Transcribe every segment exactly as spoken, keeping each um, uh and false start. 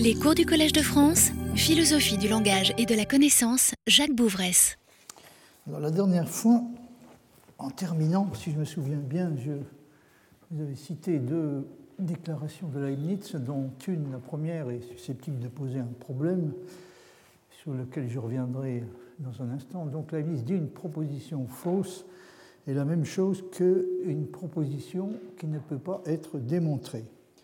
Les cours du Collège de France, philosophie du langage et de la connaissance, Jacques Bouvresse. Alors, la dernière fois, en terminant, si je me souviens bien, je vous avais cité deux déclarations de Leibniz, dont une, la première, est susceptible de poser un problème sur lequel je reviendrai dans un instant. Donc Leibniz dit une proposition fausse est la même chose qu'une proposition qui ne peut pas être démontrée.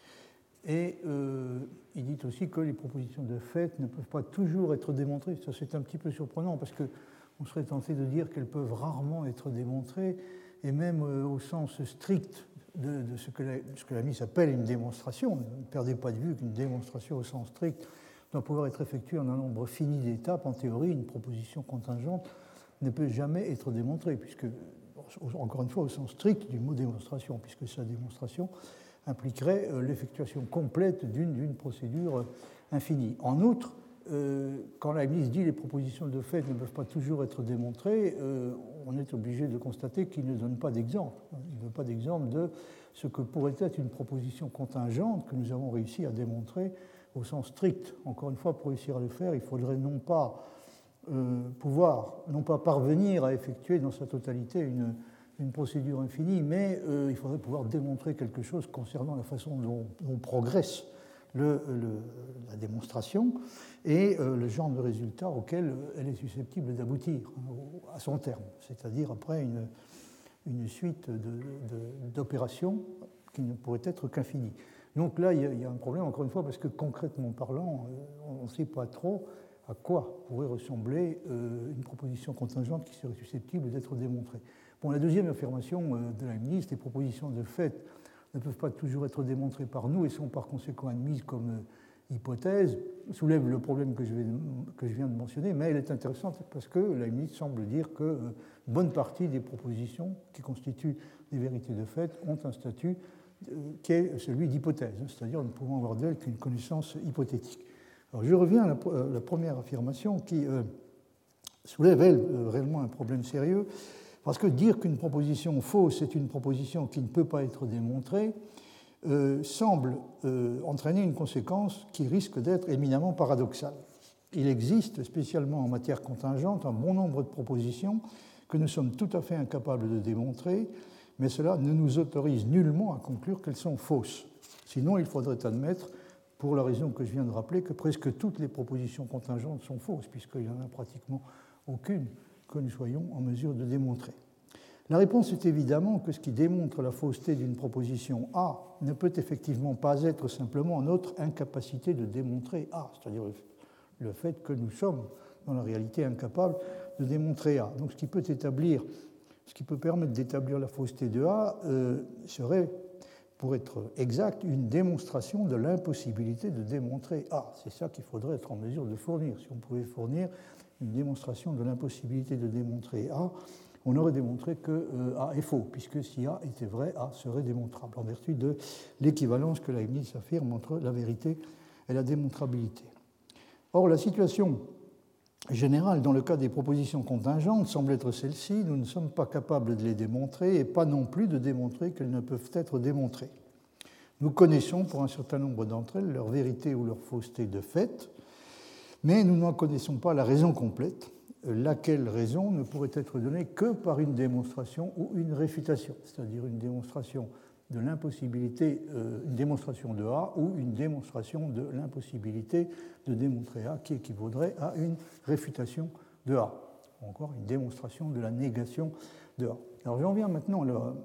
Et euh, il dit aussi que les propositions de fait ne peuvent pas toujours être démontrées. Ça, c'est un petit peu surprenant parce qu'on serait tenté de dire qu'elles peuvent rarement être démontrées, et même euh, au sens strict de, de ce que Leibniz appelle une démonstration. Ne perdez pas de vue qu'une démonstration au sens strict doit pouvoir être effectuée en un nombre fini d'étapes. En théorie, une proposition contingente ne peut jamais être démontrée, puisque, encore une fois, au sens strict du mot démonstration, puisque sa démonstration impliquerait l'effectuation complète d'une procédure infinie. En outre, euh, quand Leibniz dit les propositions de fait ne peuvent pas toujours être démontrées, euh, on est obligé de constater qu'il ne donne pas d'exemple. Il ne veut pas d'exemple de ce que pourrait être une proposition contingente que nous avons réussi à démontrer au sens strict. Encore une fois, pour réussir à le faire, il faudrait non pas euh, pouvoir, non pas parvenir à effectuer dans sa totalité une une procédure infinie, mais euh, il faudrait pouvoir démontrer quelque chose concernant la façon dont, dont progresse le, le, la démonstration et euh, le genre de résultat auquel elle est susceptible d'aboutir à son terme, c'est-à-dire après une, une suite d'opérations qui ne pourrait être qu'infinie. Donc là, il y, a, il y a un problème, encore une fois, parce que concrètement parlant, on ne sait pas trop à quoi pourrait ressembler euh, une proposition contingente qui serait susceptible d'être démontrée. Bon, la deuxième affirmation de Leibniz, les propositions de fait ne peuvent pas toujours être démontrées par nous et sont par conséquent admises comme hypothèses, soulève le problème que je, vais, que je viens de mentionner, mais elle est intéressante parce que Leibniz semble dire que bonne partie des propositions qui constituent des vérités de fait ont un statut qui est celui d'hypothèse, c'est-à-dire nous ne pouvons avoir d'elle qu'une connaissance hypothétique. Alors, je reviens à la, la première affirmation qui euh, soulève, elle, réellement un problème sérieux. Parce que dire qu'une proposition fausse est une proposition qui ne peut pas être démontrée euh, semble euh, entraîner une conséquence qui risque d'être éminemment paradoxale. Il existe, spécialement en matière contingente, un bon nombre de propositions que nous sommes tout à fait incapables de démontrer, mais cela ne nous autorise nullement à conclure qu'elles sont fausses. Sinon, il faudrait admettre, pour la raison que je viens de rappeler, que presque toutes les propositions contingentes sont fausses, puisqu'il n'y en a pratiquement aucune que nous soyons en mesure de démontrer. La réponse est évidemment que ce qui démontre la fausseté d'une proposition A ne peut effectivement pas être simplement notre incapacité de démontrer A, c'est-à-dire le fait que nous sommes dans la réalité incapables de démontrer A. Donc ce qui peut établir, ce qui peut permettre d'établir la fausseté de A euh, serait, pour être exact, une démonstration de l'impossibilité de démontrer A. C'est ça qu'il faudrait être en mesure de fournir. Si on pouvait fournir une démonstration de l'impossibilité de démontrer A, on aurait démontré que euh, A est faux, puisque si A était vrai, A serait démontrable, en vertu de l'équivalence que Leibniz affirme entre la vérité et la démontrabilité. Or, la situation générale dans le cas des propositions contingentes semble être celle-ci: nous ne sommes pas capables de les démontrer et pas non plus de démontrer qu'elles ne peuvent être démontrées. Nous connaissons pour un certain nombre d'entre elles leur vérité ou leur fausseté de fait, mais nous n'en connaissons pas la raison complète, laquelle raison ne pourrait être donnée que par une démonstration ou une réfutation, c'est-à-dire une démonstration de l'impossibilité, euh, une démonstration de A ou une démonstration de l'impossibilité de démontrer A, qui équivaudrait à une réfutation de A, ou encore une démonstration de la négation de A. Alors j'en viens maintenant à la,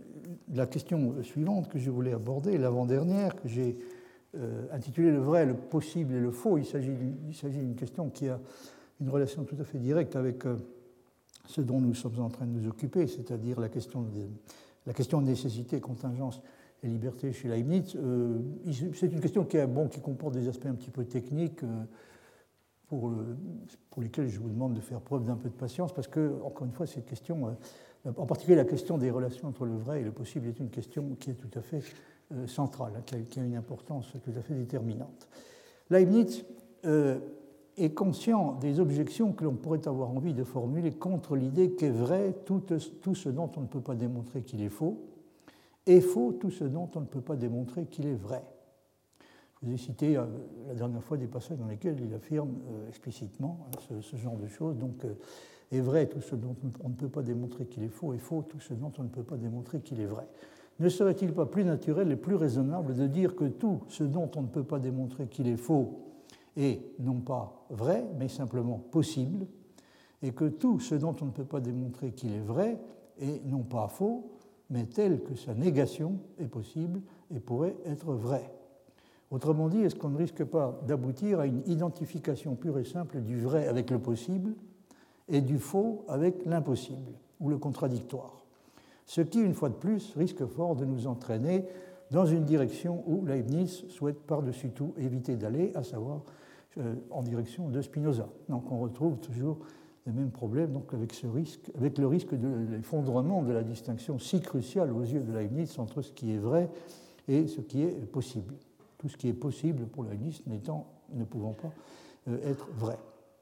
la question suivante que je voulais aborder, l'avant-dernière, que j'ai euh, intitulée « Le vrai, le possible et le faux ». Il s'agit, il s'agit d'une question qui a une relation tout à fait directe avec euh, ce dont nous sommes en train de nous occuper, c'est-à-dire la question de, la question de nécessité, contingence et liberté chez Leibniz. Euh, c'est une question qui, a, bon, qui comporte des aspects un petit peu techniques euh, pour, le, pour lesquels je vous demande de faire preuve d'un peu de patience, parce que, encore une fois, cette question, euh, en particulier la question des relations entre le vrai et le possible, est une question qui est tout à fait euh, centrale, hein, qui, a, qui a une importance tout à fait déterminante. Leibniz euh, est conscient des objections que l'on pourrait avoir envie de formuler contre l'idée qu'est vrai tout, tout ce dont on ne peut pas démontrer qu'il est faux, et faux tout ce dont on ne peut pas démontrer qu'il est vrai. Je vous ai cité euh, la dernière fois des passages dans lesquels il affirme euh, explicitement hein, ce, ce genre de choses. Donc, euh, est vrai tout ce dont on ne peut pas démontrer qu'il est faux, est faux tout ce dont on ne peut pas démontrer qu'il est vrai. Ne serait-il pas plus naturel et plus raisonnable de dire que tout ce dont on ne peut pas démontrer qu'il est faux est non pas vrai, mais simplement possible, et que tout ce dont on ne peut pas démontrer qu'il est vrai est non pas faux, mais tel que sa négation est possible et pourrait être vrai. Autrement dit, est-ce qu'on ne risque pas d'aboutir à une identification pure et simple du vrai avec le possible et du faux avec l'impossible ou le contradictoire? Ce qui, une fois de plus, risque fort de nous entraîner dans une direction où Leibniz souhaite par-dessus tout éviter d'aller, à savoir euh, en direction de Spinoza. Donc on retrouve toujours les mêmes problèmes donc avec, ce risque, avec le risque de l'effondrement de la distinction si cruciale aux yeux de Leibniz entre ce qui est vrai et ce qui est possible. Tout ce qui est possible pour Leibniz n'étant, ne pouvant pas euh, être vrai.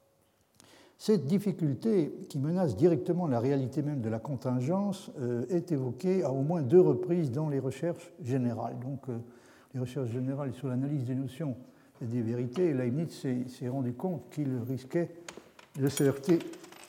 Cette difficulté qui menace directement la réalité même de la contingence euh, est évoquée à au moins deux reprises dans les recherches générales. Donc, euh, les recherches générales sur l'analyse des notions et des vérités, Leibniz s'est rendu compte qu'il risquait de se heurter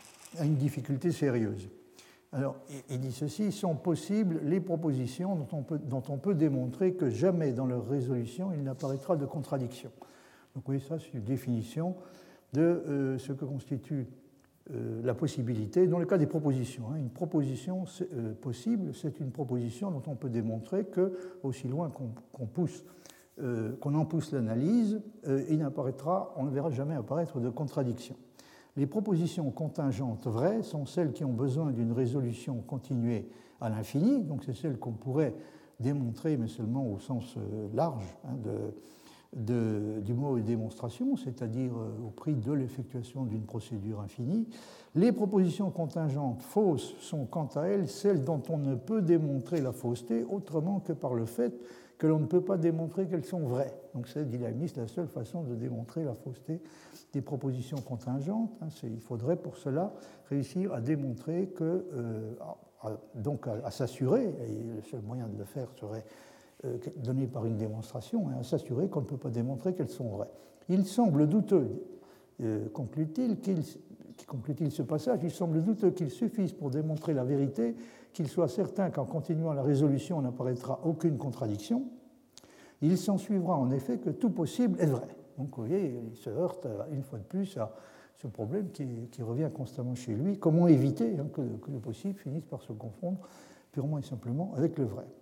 à une difficulté sérieuse. Alors, il dit ceci, sont possibles les propositions dont on, peut, dont on peut démontrer que jamais dans leur résolution il n'apparaîtra de contradiction. Donc oui, ça c'est une définition de euh, ce que constitue euh, la possibilité dans le cas des propositions. Hein. Une proposition euh, possible, c'est une proposition dont on peut démontrer que, aussi loin qu'on qu'on pousse, euh, qu'on en pousse l'analyse, euh, il n'apparaîtra, on ne verra jamais apparaître de contradiction. Les propositions contingentes vraies sont celles qui ont besoin d'une résolution continuée à l'infini, donc c'est celles qu'on pourrait démontrer, mais seulement au sens large hein, de, de, du mot démonstration, c'est-à-dire au prix de l'effectuation d'une procédure infinie. Les propositions contingentes fausses sont quant à elles celles dont on ne peut démontrer la fausseté autrement que par le fait que l'on ne peut pas démontrer qu'elles sont vraies. Donc c'est, dit Leibniz, la seule façon de démontrer la fausseté des propositions contingentes. Il faudrait pour cela réussir à démontrer que, euh, à, donc à, à s'assurer, et le seul moyen de le faire serait euh, donné par une démonstration, hein, à s'assurer qu'on ne peut pas démontrer qu'elles sont vraies. Il semble douteux, euh, conclut-il, qu'il, conclut-il ce passage, il semble douteux qu'il suffise pour démontrer la vérité qu'il soit certain qu'en continuant la résolution n'apparaîtra aucune contradiction. Il s'en suivra en effet que tout possible est vrai. Donc vous voyez, il se heurte une fois de plus à ce problème qui, qui revient constamment chez lui. Comment éviter hein, que, que le possible finisse par se confondre purement et simplement avec le vrai.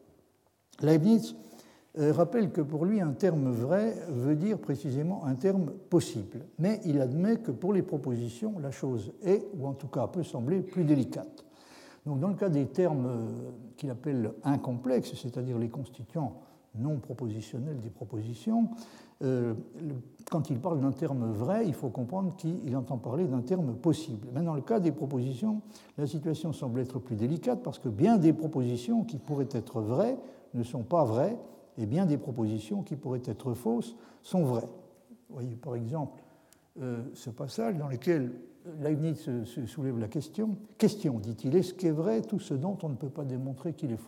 Leibniz euh, rappelle que pour lui, un terme vrai veut dire précisément un terme possible. Mais il admet que pour les propositions, la chose est, ou en tout cas peut sembler, plus délicate. Donc dans le cas des termes euh, qu'il appelle incomplexes, c'est-à-dire les constituants non propositionnels des propositions, euh, le, quand il parle d'un terme vrai, il faut comprendre qu'il entend parler d'un terme possible. Mais dans le cas des propositions, la situation semble être plus délicate parce que bien des propositions qui pourraient être vraies ne sont pas vraies et bien des propositions qui pourraient être fausses sont vraies. Vous voyez par exemple euh, ce passage dans lequel Leibniz se, se soulève la question. Question, dit-il, est-ce qu'est vrai tout ce dont on ne peut pas démontrer qu'il est faux ?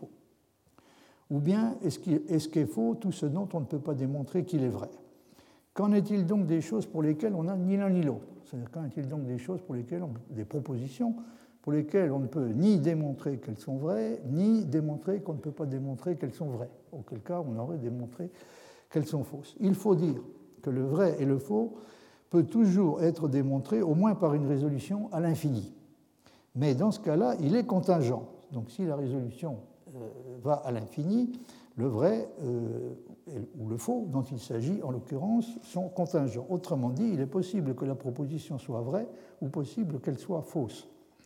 Ou bien, est-ce qu'il, est-ce qu'est faux tout ce dont on ne peut pas démontrer qu'il est vrai ? Qu'en est-il donc des choses pour lesquelles on n'a ni l'un ni l'autre ? C'est-à-dire, qu'en est-il donc des choses pour lesquelles on, des propositions pour lesquelles on ne peut ni démontrer qu'elles sont vraies, ni démontrer qu'on ne peut pas démontrer qu'elles sont vraies, auquel cas on aurait démontré qu'elles sont fausses. Il faut dire que le vrai et le faux peut toujours être démontré au moins par une résolution à l'infini. Mais dans ce cas-là, il est contingent. Donc si la résolution euh, va à l'infini, le vrai euh, ou le faux dont il s'agit en l'occurrence sont contingents. Autrement dit, il est possible que la proposition soit vraie ou possible qu'elle soit fausse.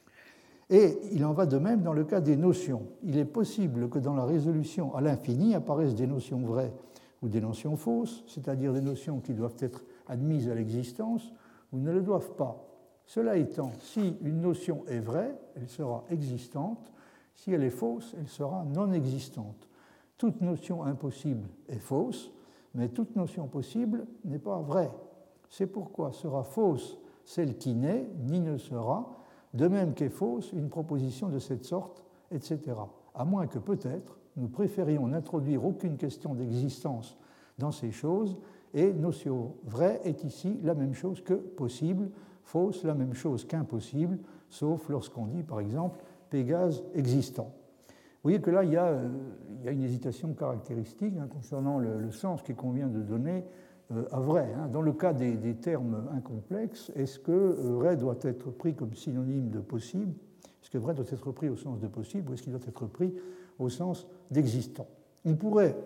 Et il en va de même dans le cas des notions. Il est possible que dans la résolution à l'infini apparaissent des notions vraies ou des notions fausses, c'est-à-dire des notions qui doivent être admises à l'existence ou ne le doivent pas. Cela étant, si une notion est vraie, elle sera existante. Si elle est fausse, elle sera non existante. Toute notion impossible est fausse, mais toute notion possible n'est pas vraie. C'est pourquoi sera fausse celle qui n'est ni ne sera, de même qu'est fausse une proposition de cette sorte, et cetera. À moins que peut-être nous préférions n'introduire aucune question d'existence dans ces choses et notion vraie est ici la même chose que possible, fausse la même chose qu'impossible, sauf lorsqu'on dit, par exemple, Pégase existant. Vous voyez que là, il y a, euh, il y a une hésitation caractéristique hein, concernant le, le sens qu'il convient de donner euh, à vrai. Hein. Dans le cas des, des termes incomplexes, est-ce que euh, vrai doit être pris comme synonyme de possible? Est-ce que vrai doit être pris au sens de possible ou est-ce qu'il doit être pris au sens d'existant? On pourrait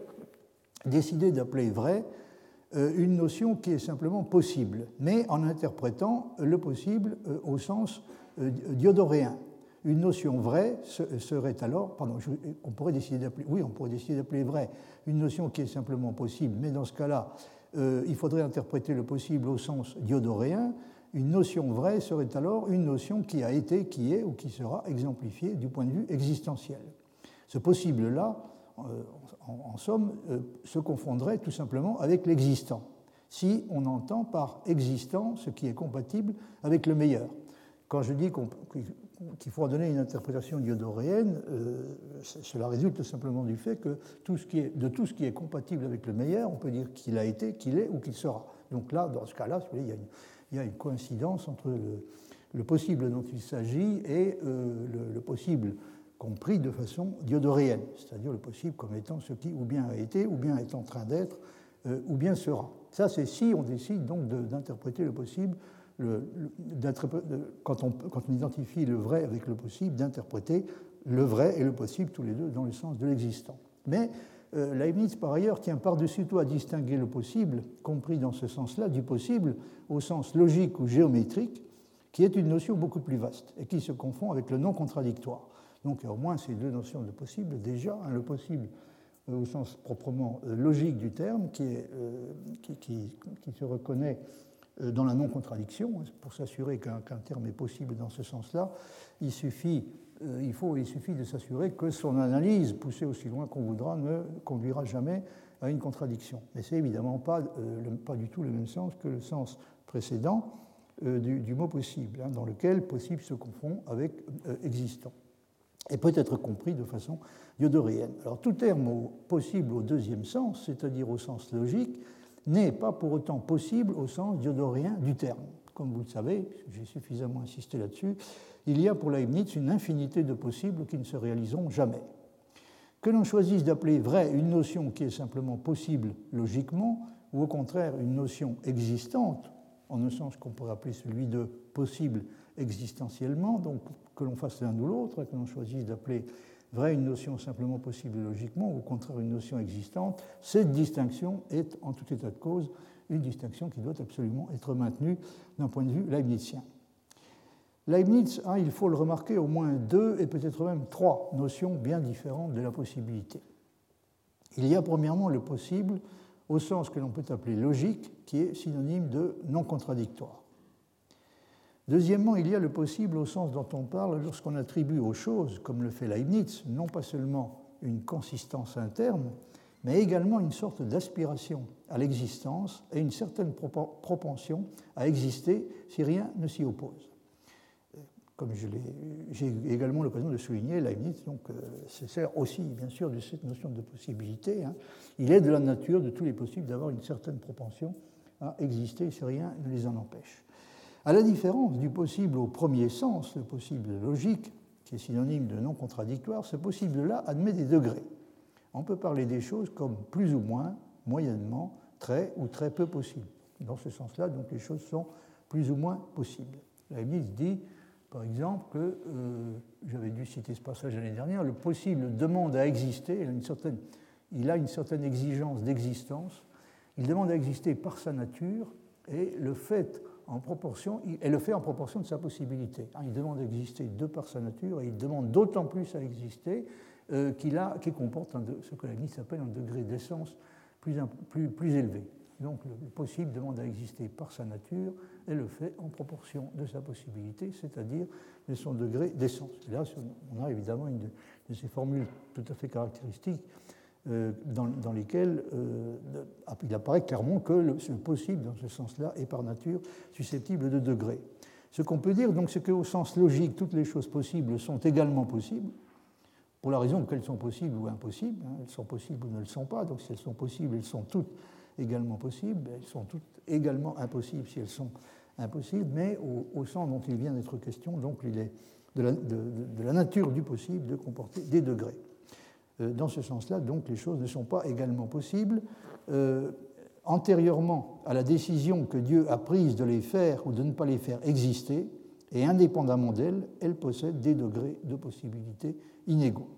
décider d'appeler vrai euh, une notion qui est simplement possible, mais en interprétant le possible euh, au sens euh, diodoréen. Une notion vraie serait alors, pardon, on pourrait décider d'appeler, oui, on pourrait décider d'appeler vrai une notion qui est simplement possible, mais dans ce cas-là, euh, il faudrait interpréter le possible au sens diodoréen. Une notion vraie serait alors une notion qui a été, qui est ou qui sera exemplifiée du point de vue existentiel. Ce possible-là, euh, en, en somme, euh, se confondrait tout simplement avec l'existant, si on entend par existant ce qui est compatible avec le meilleur. Quand je dis qu'on, qu'il faut en donner une interprétation diodoréenne, euh, cela résulte simplement du fait que tout ce qui est, de tout ce qui est compatible avec le meilleur, on peut dire qu'il a été, qu'il est ou qu'il sera. Donc là, dans ce cas-là, il y a une, il y a une coïncidence entre le, le possible dont il s'agit et euh, le, le possible compris de façon diodoréenne, c'est-à-dire le possible comme étant ce qui ou bien a été, ou bien est en train d'être, euh, ou bien sera. Ça, c'est si on décide donc de, d'interpréter le possible. Le, le, quand, on, quand on identifie le vrai avec le possible, d'interpréter le vrai et le possible, tous les deux, dans le sens de l'existant. Mais euh, Leibniz, par ailleurs, tient par-dessus tout à distinguer le possible, compris dans ce sens-là, du possible au sens logique ou géométrique, qui est une notion beaucoup plus vaste et qui se confond avec le non-contradictoire. Donc il y a au moins ces deux notions de possible, déjà, hein, le possible euh, au sens proprement euh, logique du terme, qui, est, euh, qui, qui, qui se reconnaît dans la non-contradiction. Pour s'assurer qu'un, qu'un terme est possible dans ce sens-là, il suffit, euh, il faut, il suffit de s'assurer que son analyse, poussée aussi loin qu'on voudra, ne conduira jamais à une contradiction. Mais ce n'est évidemment pas, euh, le, pas du tout le même sens que le sens précédent euh, du, du mot possible, hein, dans lequel possible se confond avec euh, existant, et peut être compris de façon diodoréenne. Alors tout terme au possible au deuxième sens, c'est-à-dire au sens logique, n'est pas pour autant possible au sens diodoréen du terme. Comme vous le savez, j'ai suffisamment insisté là-dessus, il y a pour Leibniz une infinité de possibles qui ne se réaliseront jamais. Que l'on choisisse d'appeler vraie une notion qui est simplement possible logiquement, ou au contraire une notion existante, en un sens qu'on pourrait appeler celui de possible existentiellement, donc que l'on fasse l'un ou l'autre, que l'on choisisse d'appeler vraie une notion simplement possible logiquement, ou au contraire une notion existante, cette distinction est en tout état de cause une distinction qui doit absolument être maintenue d'un point de vue leibnizien. Leibniz a, il faut le remarquer, au moins deux et peut-être même trois notions bien différentes de la possibilité. Il y a premièrement le possible au sens que l'on peut appeler logique, qui est synonyme de non contradictoire. Deuxièmement, il y a le possible au sens dont on parle lorsqu'on attribue aux choses, comme le fait Leibniz, non pas seulement une consistance interne, mais également une sorte d'aspiration à l'existence et une certaine propension à exister si rien ne s'y oppose. Comme je l'ai, j'ai également l'occasion de souligner, Leibniz donc, euh, se sert aussi, bien sûr, de cette notion de possibilité. Hein. Il est de la nature de tous les possibles d'avoir une certaine propension à exister si rien ne les en empêche. À la différence du possible au premier sens, le possible logique, qui est synonyme de non contradictoire, ce possible-là admet des degrés. On peut parler des choses comme plus ou moins, moyennement, très ou très peu possibles. Dans ce sens-là, donc, les choses sont plus ou moins possibles. Leibniz dit, par exemple, que, euh, j'avais dû citer ce passage l'année dernière, le possible demande à exister, il a une certaine, il a une certaine exigence d'existence, il demande à exister par sa nature, et le fait en proportion, et le fait en proportion de sa possibilité. Il demande à exister de par sa nature, et il demande d'autant plus à exister euh, qu'il, a, qu'il comporte un de, ce que Leibniz appelle un degré d'essence plus, plus, plus élevé. Donc le possible demande à exister par sa nature et le fait en proportion de sa possibilité, c'est-à-dire de son degré d'essence. Et là, on a évidemment une de, de ces formules tout à fait caractéristiques euh, dans, dans lesquelles euh, il apparaît clairement que le, ce possible, dans ce sens-là, est par nature susceptible de degrés. Ce qu'on peut dire, donc, c'est qu'au sens logique, toutes les choses possibles sont également possibles, pour la raison qu'elles sont possibles ou impossibles. Hein, elles sont possibles ou ne le sont pas, donc si elles sont possibles, elles sont toutes également possibles. Elles sont toutes également impossibles si elles sont impossibles, mais au, au sens dont il vient d'être question, donc il est de la, de, de la nature du possible de comporter des degrés. Euh, dans ce sens-là, donc, les choses ne sont pas également possibles. Euh, antérieurement à la décision que Dieu a prise de les faire ou de ne pas les faire exister, et indépendamment d'elle, elles possèdent des degrés de possibilité inégaux.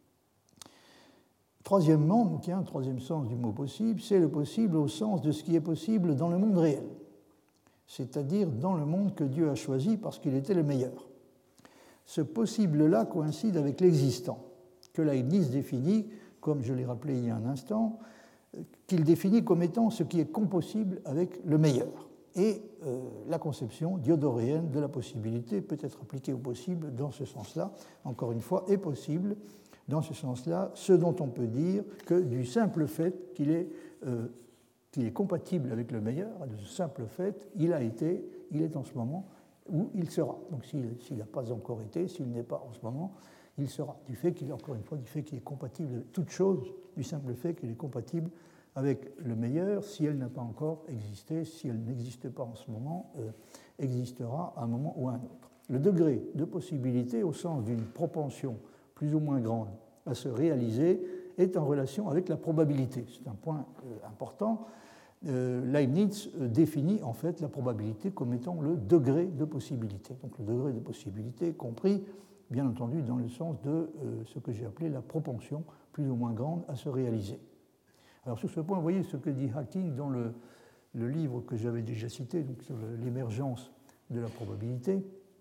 Troisièmement, donc il y a un troisième sens du mot possible, c'est le possible au sens de ce qui est possible dans le monde réel, c'est-à-dire dans le monde que Dieu a choisi parce qu'il était le meilleur. Ce possible-là coïncide avec l'existant, que Leibniz définit, comme je l'ai rappelé il y a un instant, qu'il définit comme étant ce qui est compossible avec le meilleur. Et euh, la conception diodoréenne de la possibilité peut être appliquée au possible dans ce sens-là, encore une fois, est possible dans ce sens-là, ce dont on peut dire que du simple fait qu'il est, euh, qu'il est compatible avec le meilleur, de ce simple fait, il a été, il est en ce moment, où il sera. Donc s'il n'a pas encore été, s'il n'est pas en ce moment, il sera. Du fait qu'il, encore une fois, du fait qu'il est compatible avec toute chose, du simple fait qu'il est compatible avec le meilleur, si elle n'a pas encore existé, si elle n'existe pas en ce moment, euh, existera à un moment ou à un autre. Le degré de possibilité, au sens d'une propension plus ou moins grande à se réaliser, est en relation avec la probabilité. C'est un point euh, important. Euh, Leibniz euh, définit en fait la probabilité comme étant le degré de possibilité. Donc le degré de possibilité compris, bien entendu, dans le sens de euh, ce que j'ai appelé la propension plus ou moins grande à se réaliser. Alors sur ce point, vous voyez ce que dit Hacking dans le, le livre que j'avais déjà cité, donc sur l'émergence de la probabilité.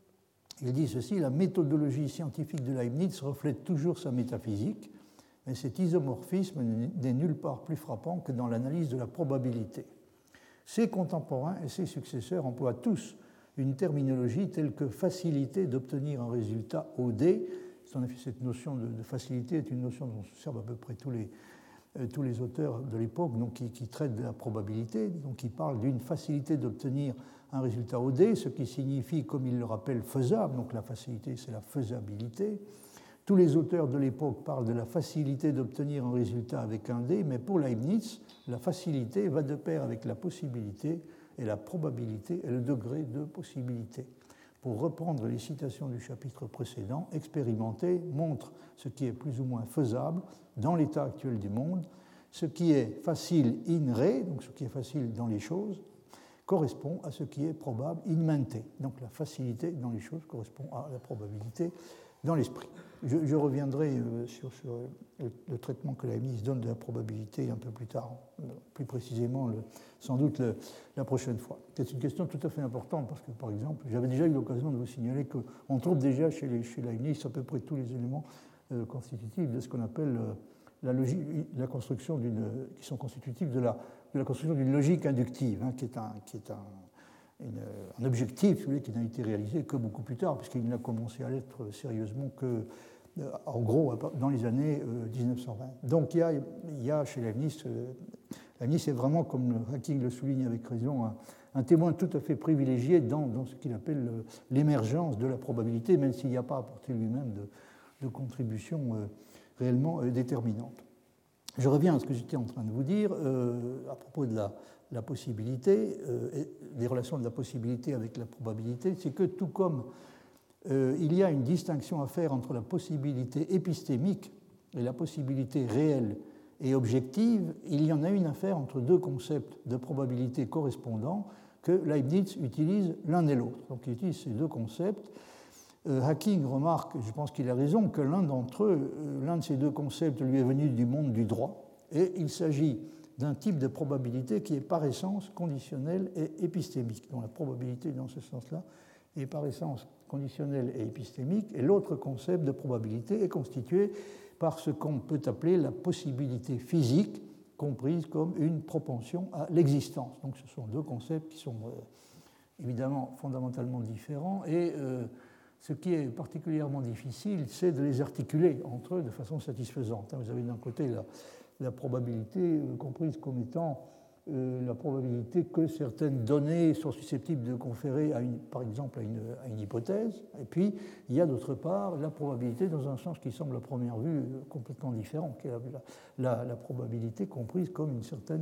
Il dit ceci: la méthodologie scientifique de Leibniz reflète toujours sa métaphysique, mais cet isomorphisme n'est nulle part plus frappant que dans l'analyse de la probabilité. Ses contemporains et ses successeurs emploient tous une terminologie telle que facilité d'obtenir un résultat O D. En effet, cette notion de, de facilité est une notion dont se servent à peu près tous les, euh, tous les auteurs de l'époque, donc qui, qui traitent de la probabilité, donc qui parlent d'une facilité d'obtenir un résultat O D, ce qui signifie, comme il le rappelle, faisable. Donc la facilité, c'est la faisabilité. Tous les auteurs de l'époque parlent de la facilité d'obtenir un résultat avec un D, mais pour Leibniz, la facilité va de pair avec la possibilité, et la probabilité est le degré de possibilité. Pour reprendre les citations du chapitre précédent, expérimenter montre ce qui est plus ou moins faisable dans l'état actuel du monde, ce qui est facile in re, donc ce qui est facile dans les choses, correspond à ce qui est probable in mente. Donc la facilité dans les choses correspond à la probabilité dans l'esprit. Je, je reviendrai euh, sur, sur le, le traitement que Leibniz donne de la probabilité un peu plus tard, plus précisément, le, sans doute le, la prochaine fois. C'est une question tout à fait importante parce que, par exemple, j'avais déjà eu l'occasion de vous signaler qu'on trouve déjà chez, les, chez Leibniz à peu près tous les éléments euh, constitutifs de ce qu'on appelle euh, la, logique, la construction d'une, qui sont constitutifs de la, de la construction d'une logique inductive, hein, qui est un, qui est un Une, un objectif, si vous voulez, qui n'a été réalisé que beaucoup plus tard, puisqu'il n'a commencé à l'être sérieusement que, euh, en gros, dans les années euh, dix-neuf cent vingt. Donc il y a, il y a chez Leibniz, euh, Leibniz est vraiment, comme Hacking le souligne avec raison, un, un témoin tout à fait privilégié dans, dans ce qu'il appelle euh, l'émergence de la probabilité, même s'il n'y a pas apporté lui-même de, de contribution euh, réellement euh, déterminante. Je reviens à ce que j'étais en train de vous dire euh, à propos de la, la possibilité, euh, et des relations de la possibilité avec la probabilité, c'est que tout comme euh, il y a une distinction à faire entre la possibilité épistémique et la possibilité réelle et objective, il y en a une à faire entre deux concepts de probabilité correspondants que Leibniz utilise l'un et l'autre. Donc il utilise ces deux concepts. Euh, Hacking remarque, je pense qu'il a raison, que l'un d'entre eux, euh, l'un de ces deux concepts lui est venu du monde du droit, et il s'agit d'un type de probabilité qui est par essence conditionnelle et épistémique. Donc la probabilité dans ce sens-là est par essence conditionnelle et épistémique, et l'autre concept de probabilité est constitué par ce qu'on peut appeler la possibilité physique, comprise comme une propension à l'existence. Donc ce sont deux concepts qui sont euh, évidemment fondamentalement différents, et euh, ce qui est particulièrement difficile, c'est de les articuler entre eux de façon satisfaisante. Vous avez d'un côté la, la probabilité euh, comprise comme étant euh, la probabilité que certaines données sont susceptibles de conférer, à une, par exemple, à une, à une hypothèse. Et puis, il y a d'autre part la probabilité dans un sens qui semble à première vue complètement différent, qui est la, la, la probabilité comprise comme une certaine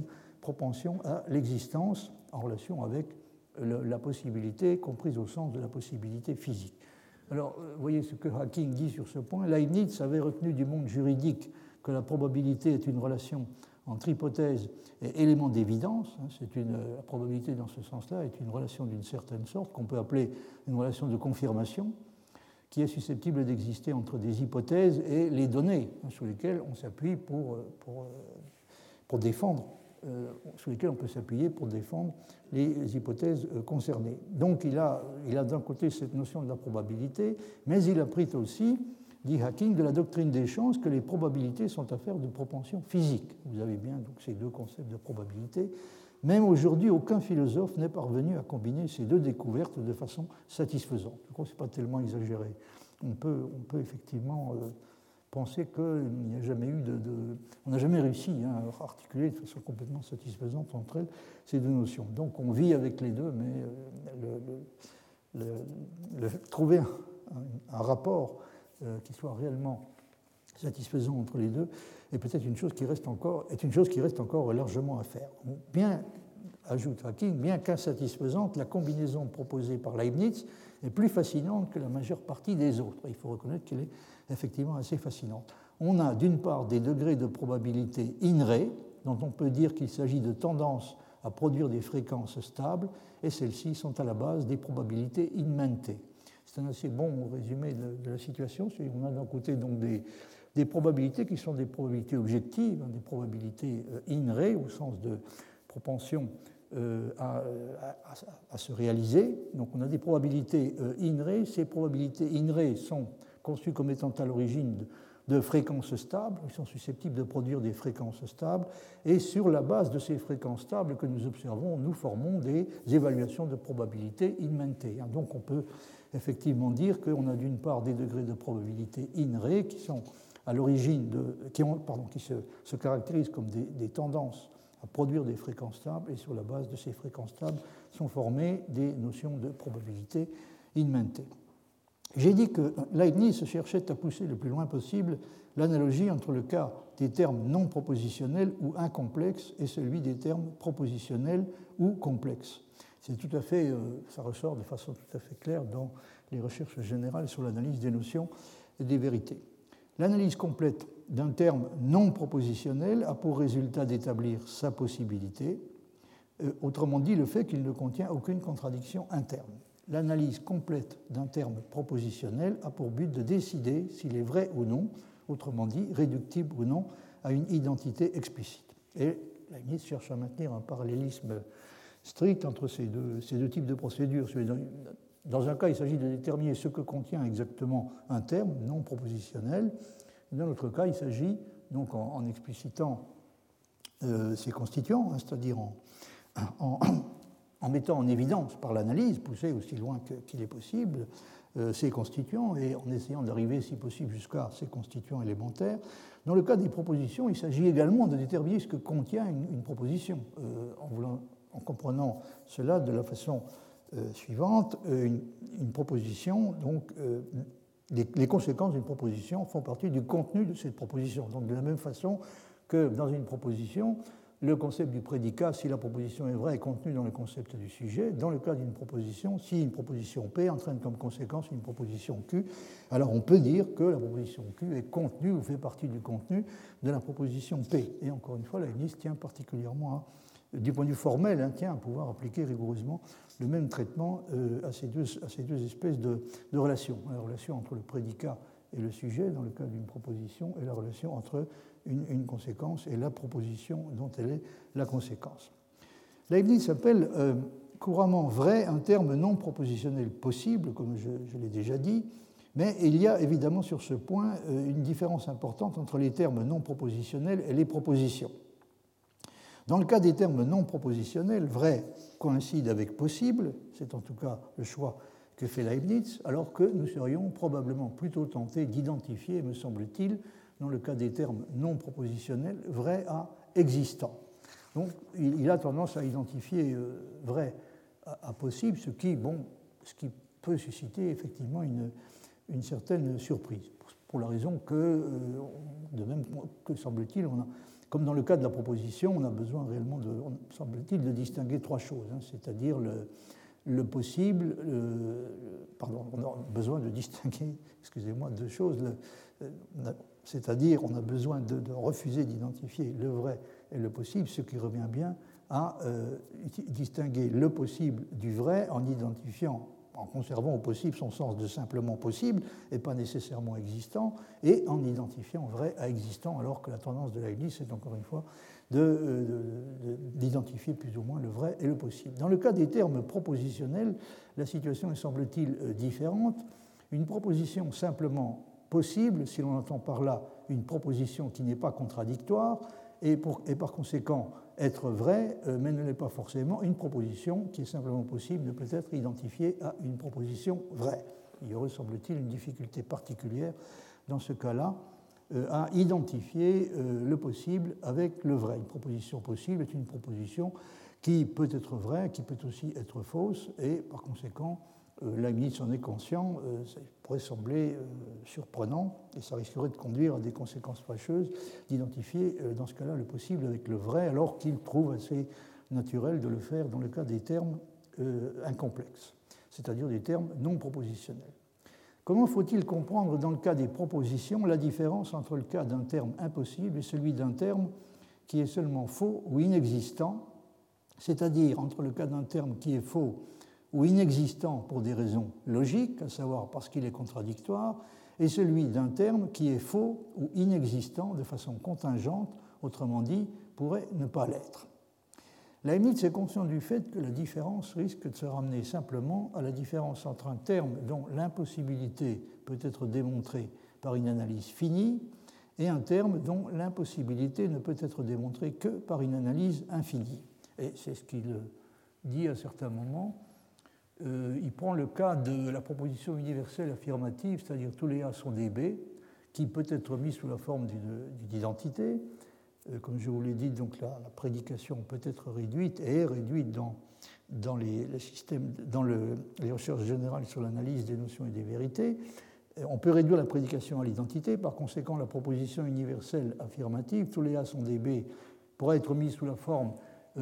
propension à l'existence en relation avec le, la possibilité, comprise au sens de la possibilité physique. Alors, vous voyez ce que Hacking dit sur ce point. Leibniz avait retenu du monde juridique que la probabilité est une relation entre hypothèse et élément d'évidence. C'est une, la probabilité, dans ce sens-là, est une relation d'une certaine sorte, qu'on peut appeler une relation de confirmation, qui est susceptible d'exister entre des hypothèses et les données sur lesquelles on s'appuie pour, pour, pour défendre, euh, sur lesquelles on peut s'appuyer pour défendre les hypothèses concernées. Donc il a, il a d'un côté cette notion de la probabilité, mais il a pris aussi, dit Hacking, de la doctrine des chances que les probabilités sont affaires de propension physique. Vous avez bien donc ces deux concepts de probabilité. Même aujourd'hui, aucun philosophe n'est parvenu à combiner ces deux découvertes de façon satisfaisante. Je crois que ce n'est pas tellement exagéré. On peut, on peut effectivement euh, penser qu'il n'y a jamais eu de... de on n'a jamais réussi hein, à articuler de façon complètement satisfaisante entre elles ces deux notions. Donc on vit avec les deux, mais euh, le, le, le, le, trouver un, un, un rapport euh, qui soit réellement satisfaisant entre les deux est peut-être une chose qui reste encore, est une chose qui reste encore largement à faire. Bien, ajoute Hacking, bien qu'insatisfaisante, la combinaison proposée par Leibniz est plus fascinante que la majeure partie des autres. Il faut reconnaître qu'elle est effectivement assez fascinante. On a d'une part des degrés de probabilité in re, dont on peut dire qu'il s'agit de tendances à produire des fréquences stables, et celles-ci sont à la base des probabilités in mente. C'est un assez bon résumé de, de la situation. On a d'un côté donc des, des probabilités qui sont des probabilités objectives, des probabilités in re, au sens de propension euh, à, à, à se réaliser. Donc on a des probabilités euh, in re. Ces probabilités in re sont conçues comme étant à l'origine de, de fréquences stables, ils sont susceptibles de produire des fréquences stables, et sur la base de ces fréquences stables que nous observons, nous formons des évaluations de probabilité in mente. Donc on peut effectivement dire qu'on a d'une part des degrés de probabilité in re qui sont à l'origine de, qui, ont, pardon, qui se, se caractérisent comme des, des tendances à produire des fréquences stables, et sur la base de ces fréquences stables sont formées des notions de probabilité in mente. J'ai dit que Leibniz cherchait à pousser le plus loin possible l'analogie entre le cas des termes non propositionnels ou incomplexes et celui des termes propositionnels ou complexes. C'est tout à fait, euh, ça ressort de façon tout à fait claire dans les recherches générales sur l'analyse des notions et des vérités. L'analyse complète d'un terme non propositionnel a pour résultat d'établir sa possibilité, euh, autrement dit le fait qu'il ne contient aucune contradiction interne. L'analyse complète d'un terme propositionnel a pour but de décider s'il est vrai ou non, autrement dit réductible ou non, à une identité explicite. Et Leibniz cherche à maintenir un parallélisme strict entre ces deux, ces deux types de procédures. Dans un cas, il s'agit de déterminer ce que contient exactement un terme non propositionnel. Dans l'autre cas, il s'agit, donc en, en explicitant euh, ses constituants, hein, c'est-à-dire en, en, en mettant en évidence par l'analyse, poussée aussi loin que, qu'il est possible, euh, ces constituants et en essayant d'arriver, si possible, jusqu'à ces constituants élémentaires. Dans le cas des propositions, il s'agit également de déterminer ce que contient une, une proposition, euh, en, voulant, en comprenant cela de la façon euh, suivante. Euh, une, une proposition, donc, euh, les, les conséquences d'une proposition font partie du contenu de cette proposition. Donc, de la même façon que dans une proposition, le concept du prédicat, si la proposition est vraie, est contenu dans le concept du sujet. Dans le cas d'une proposition, si une proposition P entraîne comme conséquence une proposition Q, alors on peut dire que la proposition Q est contenue ou fait partie du contenu de la proposition P. Et encore une fois, Leibniz tient particulièrement, à, du point de vue formel, hein, tient à pouvoir appliquer rigoureusement le même traitement euh, à, ces deux, à ces deux espèces de, de relations. La relation entre le prédicat et le sujet, dans le cas d'une proposition, et la relation entre Une, une conséquence et la proposition dont elle est la conséquence. Leibniz appelle euh, couramment vrai un terme non propositionnel possible, comme je, je l'ai déjà dit, mais il y a évidemment sur ce point euh, une différence importante entre les termes non propositionnels et les propositions. Dans le cas des termes non propositionnels, vrai coïncide avec possible, c'est en tout cas le choix que fait Leibniz, alors que nous serions probablement plutôt tentés d'identifier, me semble-t-il, dans le cas des termes non propositionnels, vrai à existant. Donc, il a tendance à identifier vrai à possible, ce qui, bon, ce qui peut susciter effectivement une, une certaine surprise, pour la raison que, de même que semble-t-il, on a Comme dans le cas de la proposition, on a besoin réellement, de, semble-t-il, de distinguer trois choses, hein, c'est-à-dire le, le possible, le, pardon, on a besoin de distinguer, excusez-moi, deux choses, le, c'est-à-dire on a besoin de, de refuser d'identifier le vrai et le possible, ce qui revient bien à euh, distinguer le possible du vrai en identifiant, en conservant au possible son sens de simplement possible et pas nécessairement existant, et en identifiant vrai à existant, alors que la tendance de Leibniz, c'est encore une fois de, de, de, d'identifier plus ou moins le vrai et le possible. Dans le cas des termes propositionnels, la situation est, semble-t-il, différente. Une proposition simplement possible, si l'on entend par là une proposition qui n'est pas contradictoire, et, pour, et par conséquent être vraie, euh, mais ne l'est pas forcément, une proposition qui est simplement possible ne peut être identifiée à une proposition vraie. Il y aurait, semble-t-il, une difficulté particulière dans ce cas-là euh, à identifier euh, le possible avec le vrai. Une proposition possible est une proposition qui peut être vraie, qui peut aussi être fausse, et par conséquent, euh, Leibniz en est conscient, euh, ça pourrait sembler euh, surprenant, et ça risquerait de conduire à des conséquences fâcheuses d'identifier euh, dans ce cas-là le possible avec le vrai, alors qu'il trouve assez naturel de le faire dans le cas des termes euh, incomplexes, c'est-à-dire des termes non propositionnels. Comment faut-il comprendre dans le cas des propositions la différence entre le cas d'un terme impossible et celui d'un terme qui est seulement faux ou inexistant, c'est-à-dire entre le cas d'un terme qui est faux ou inexistant pour des raisons logiques, à savoir parce qu'il est contradictoire, et celui d'un terme qui est faux ou inexistant de façon contingente, autrement dit, pourrait ne pas l'être. Leibniz est conscient du fait que la différence risque de se ramener simplement à la différence entre un terme dont l'impossibilité peut être démontrée par une analyse finie et un terme dont l'impossibilité ne peut être démontrée que par une analyse infinie. Et c'est ce qu'il dit à certains moments. Euh, il prend le cas de la proposition universelle affirmative, c'est-à-dire tous les A sont des B, qui peut être mis sous la forme d'une identité. Euh, comme je vous l'ai dit, donc la, la prédication peut être réduite et est réduite dans, dans, les, les, systèmes, dans le, les recherches générales sur l'analyse des notions et des vérités. Et on peut réduire la prédication à l'identité. Par conséquent, la proposition universelle affirmative, tous les A sont des B, pourrait être mise sous la forme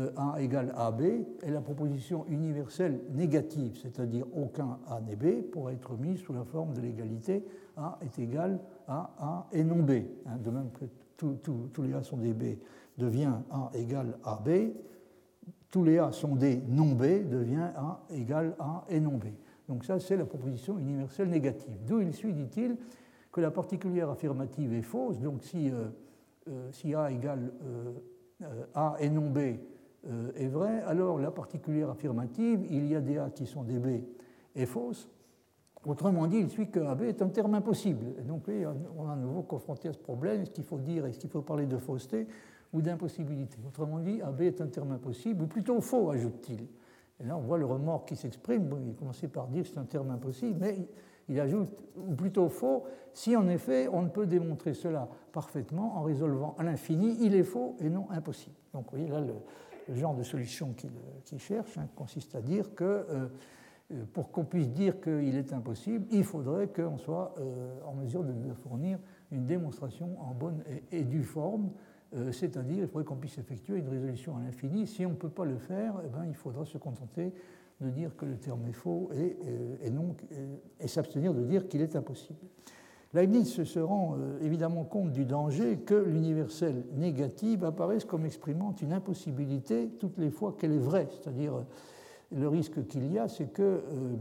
A égale A B, et la proposition universelle négative, c'est-à-dire aucun A n'est B, pourrait être mise sous la forme de l'égalité A est égal à A et non B. De même que tous tout, tout les A sont des B devient A égale A B, tous les A sont des non B devient A égale A et non B. Donc ça, c'est la proposition universelle négative. D'où il suit, dit-il, que la particulière affirmative est fausse, donc si, euh, euh, si A égale euh, euh, A et non B est vrai, alors la particulière affirmative, il y a des A qui sont des B, est fausse. Autrement dit, il suit que A B est un terme impossible. Et donc, oui, on est à nouveau confronté à ce problème, est-ce qu'il faut dire, est-ce qu'il faut parler de fausseté ou d'impossibilité. Autrement dit, A B est un terme impossible, ou plutôt faux, ajoute-t-il. Et là, on voit le remords qui s'exprime. Bon, il a commencé par dire que c'est un terme impossible, mais il ajoute, ou plutôt faux, si en effet on ne peut démontrer cela parfaitement en résolvant à l'infini, il est faux et non impossible. Donc, vous voyez, là, le Le genre de solution qu'il qu'il cherche hein, consiste à dire que euh, pour qu'on puisse dire qu'il est impossible, il faudrait qu'on soit euh, en mesure de, de fournir une démonstration en bonne et, et due forme, euh, c'est-à-dire il faudrait qu'on puisse effectuer une résolution à l'infini. Si on ne peut pas le faire, eh bien, il faudra se contenter de dire que le terme est faux et, et, et, non, et, et s'abstenir de dire qu'il est impossible. Leibniz se rend euh, évidemment compte du danger que l'universelle négative apparaisse comme exprimant une impossibilité toutes les fois qu'elle est vraie. C'est-à-dire, euh, le risque qu'il y a, c'est que euh,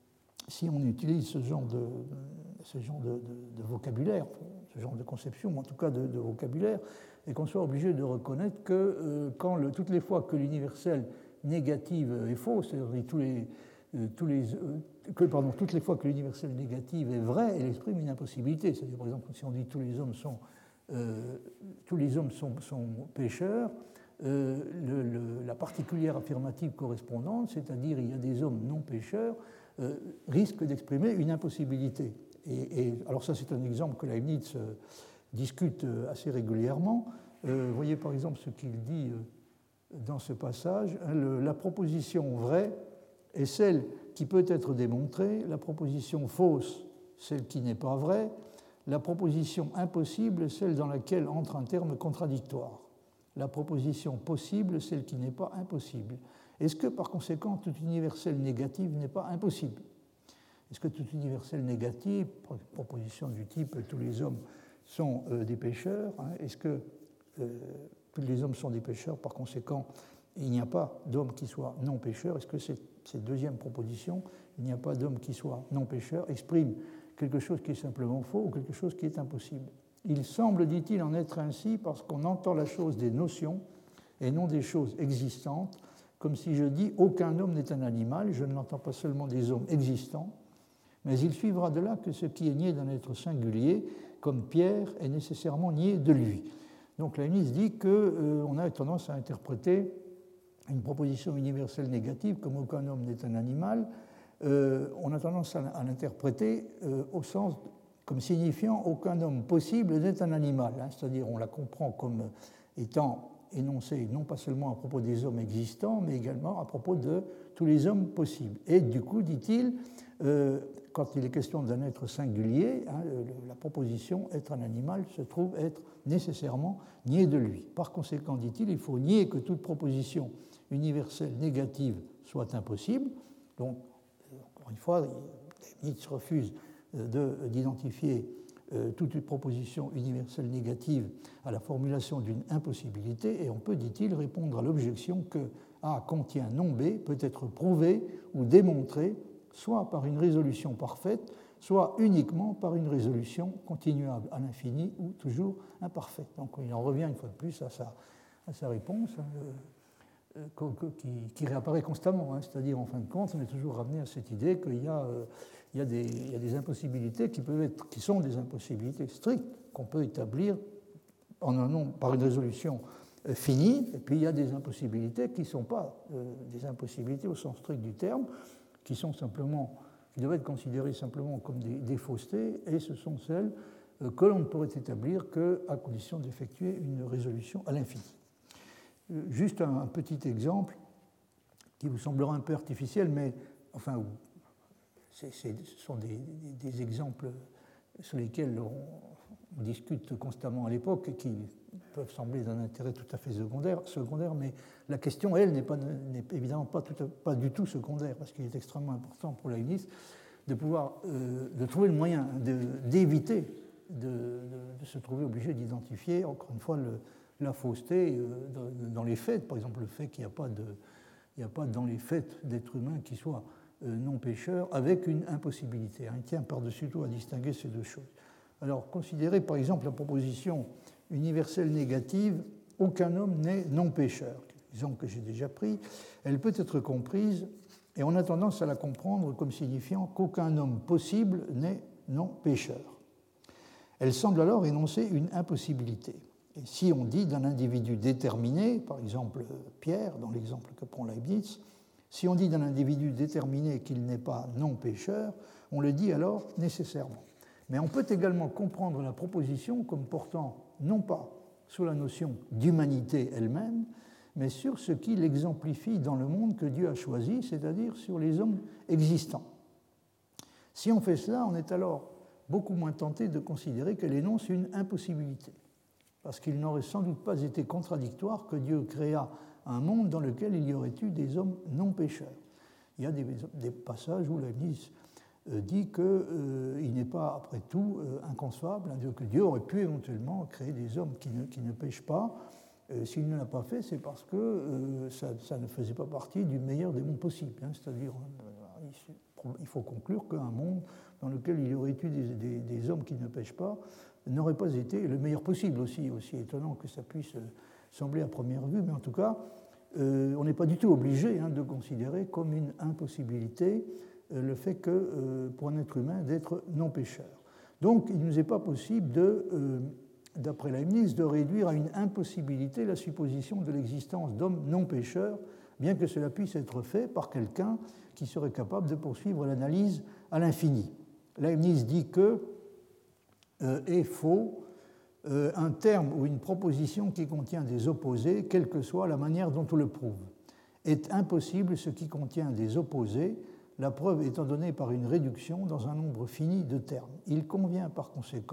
si on utilise ce genre de, ce genre de, de, de vocabulaire, ce genre de conception, ou en tout cas de, de vocabulaire, et qu'on soit obligé de reconnaître que euh, quand le, toutes les fois que l'universelle négative est fausse, c'est-à-dire tous les, euh, tous les, euh, que pardon, toutes les fois que l'universelle négative est vraie, elle exprime une impossibilité. C'est-à-dire, par exemple, si on dit tous les hommes sont, euh, tous les hommes sont, sont pécheurs, euh, le, le, la particulière affirmative correspondante, c'est-à-dire il y a des hommes non pécheurs, euh, risque d'exprimer une impossibilité. Et, et, alors ça, c'est un exemple que Leibniz euh, discute assez régulièrement. Euh, vous voyez par exemple ce qu'il dit euh, dans ce passage. Le, la proposition vraie est celle qui peut être démontrée, la proposition fausse, celle qui n'est pas vraie, la proposition impossible est celle dans laquelle entre un terme contradictoire. la proposition possible, celle qui n'est pas impossible. Est-ce que, par conséquent, tout universel négatif n'est pas impossible? Est-ce que tout universel négatif, proposition du type « tous les hommes sont euh, des pécheurs hein, », est-ce que euh, tous les hommes sont des pécheurs, par conséquent, il n'y a pas d'homme qui soit non pécheur? Est-ce que cette, cette deuxième proposition, il n'y a pas d'homme qui soit non pécheur, exprime quelque chose qui est simplement faux ou quelque chose qui est impossible? Il semble, dit-il, en être ainsi parce qu'on entend la chose des notions et non des choses existantes, comme si je dis « aucun homme n'est un animal », je ne l'entends pas seulement des hommes existants, mais il suivra de là que ce qui est nié d'un être singulier, comme Pierre, est nécessairement nié de lui. Donc Leibniz dit qu'on euh, a tendance à interpréter une proposition universelle négative comme « aucun homme n'est un animal », euh, on a tendance à, à l'interpréter euh, au sens comme signifiant « aucun homme possible n'est un animal hein », c'est-à-dire on la comprend comme étant énoncée non pas seulement à propos des hommes existants, mais également à propos de tous les hommes possibles. Et du coup, dit-il, euh, quand il est question d'un être singulier, hein, la proposition « être un animal » se trouve être nécessairement niée de lui. Par conséquent, dit-il, il faut nier que toute proposition universelle négative soit impossible. Donc, encore une fois, Leibniz refuse d'identifier euh, toute proposition universelle négative à la formulation d'une impossibilité, et on peut, dit-il, répondre à l'objection que A contient non B peut être prouvé ou démontré soit par une résolution parfaite, soit uniquement par une résolution continuable à l'infini ou toujours imparfaite. Donc il en revient une fois de plus à sa, à sa réponse hein, euh, qui, qui réapparaît constamment, hein, c'est-à-dire en fin de compte on est toujours ramené à cette idée qu'il y a, euh, il y a, des, il y a des impossibilités qui, peuvent être, qui sont des impossibilités strictes qu'on peut établir en un nombre, par une résolution euh, finie, et puis il y a des impossibilités qui ne sont pas euh, des impossibilités au sens strict du terme, qui sont simplement, qui doivent être considérées simplement comme des, des faussetés, et ce sont celles euh, que l'on ne pourrait établir qu'à condition d'effectuer une résolution à l'infini. Euh, juste un, un petit exemple qui vous semblera un peu artificiel, mais enfin, c'est, c'est, ce sont des, des, des exemples sur lesquels on, on discute constamment à l'époque et qui peuvent sembler d'un intérêt tout à fait secondaire, secondaire mais la question, elle, n'est, pas, n'est évidemment pas, tout à, pas du tout secondaire, parce qu'il est extrêmement important pour Leibniz de pouvoir euh, de trouver le moyen de, d'éviter de, de, de se trouver obligé d'identifier, encore une fois, le, la fausseté euh, dans, dans les faits, par exemple le fait qu'il n'y a pas, de, il n'y a pas dans les faits d'êtres humains qui soient euh, non pécheurs, avec une impossibilité. Il tient par-dessus tout à distinguer ces deux choses. Alors, considérez par exemple la proposition universelle négative « aucun homme n'est non pécheur », exemple que j'ai déjà pris, elle peut être comprise, et on a tendance à la comprendre comme signifiant qu'aucun homme possible n'est non pécheur. Elle semble alors énoncer une impossibilité. Et si on dit d'un individu déterminé, par exemple Pierre, dans l'exemple que prend Leibniz, si on dit d'un individu déterminé qu'il n'est pas non pécheur, on le dit alors nécessairement. Mais on peut également comprendre la proposition comme portant non pas sur la notion d'humanité elle-même, mais sur ce qui l'exemplifie dans le monde que Dieu a choisi, c'est-à-dire sur les hommes existants. Si on fait cela, on est alors beaucoup moins tenté de considérer qu'elle énonce une impossibilité, parce qu'il n'aurait sans doute pas été contradictoire que Dieu créât un monde dans lequel il y aurait eu des hommes non pécheurs. Il y a des, des passages où Leibniz dit qu'il euh, n'est pas, après tout, euh, inconcevable, hein, que Dieu aurait pu éventuellement créer des hommes qui ne, qui ne pêchent pas. Euh, s'il ne l'a pas fait, c'est parce que euh, ça, ça ne faisait pas partie du meilleur des mondes possibles. Hein, c'est-à-dire, euh, il faut conclure qu'un monde dans lequel il y aurait eu des, des, des hommes qui ne pêchent pas n'aurait pas été le meilleur possible aussi, aussi étonnant que ça puisse sembler à première vue, mais en tout cas, euh, on n'est pas du tout obligé hein, de considérer comme une impossibilité le fait que, euh, pour un être humain, d'être non-pécheur. Donc, il ne nous est pas possible, de, euh, d'après Leibniz, de réduire à une impossibilité la supposition de l'existence d'hommes non-pécheurs, bien que cela puisse être fait par quelqu'un qui serait capable de poursuivre l'analyse à l'infini. Leibniz dit que euh, est faux euh, un terme ou une proposition qui contient des opposés, quelle que soit la manière dont on le prouve. Est impossible ce qui contient des opposés, la preuve étant donnée par une réduction dans un nombre fini de termes. Il convient par conséquent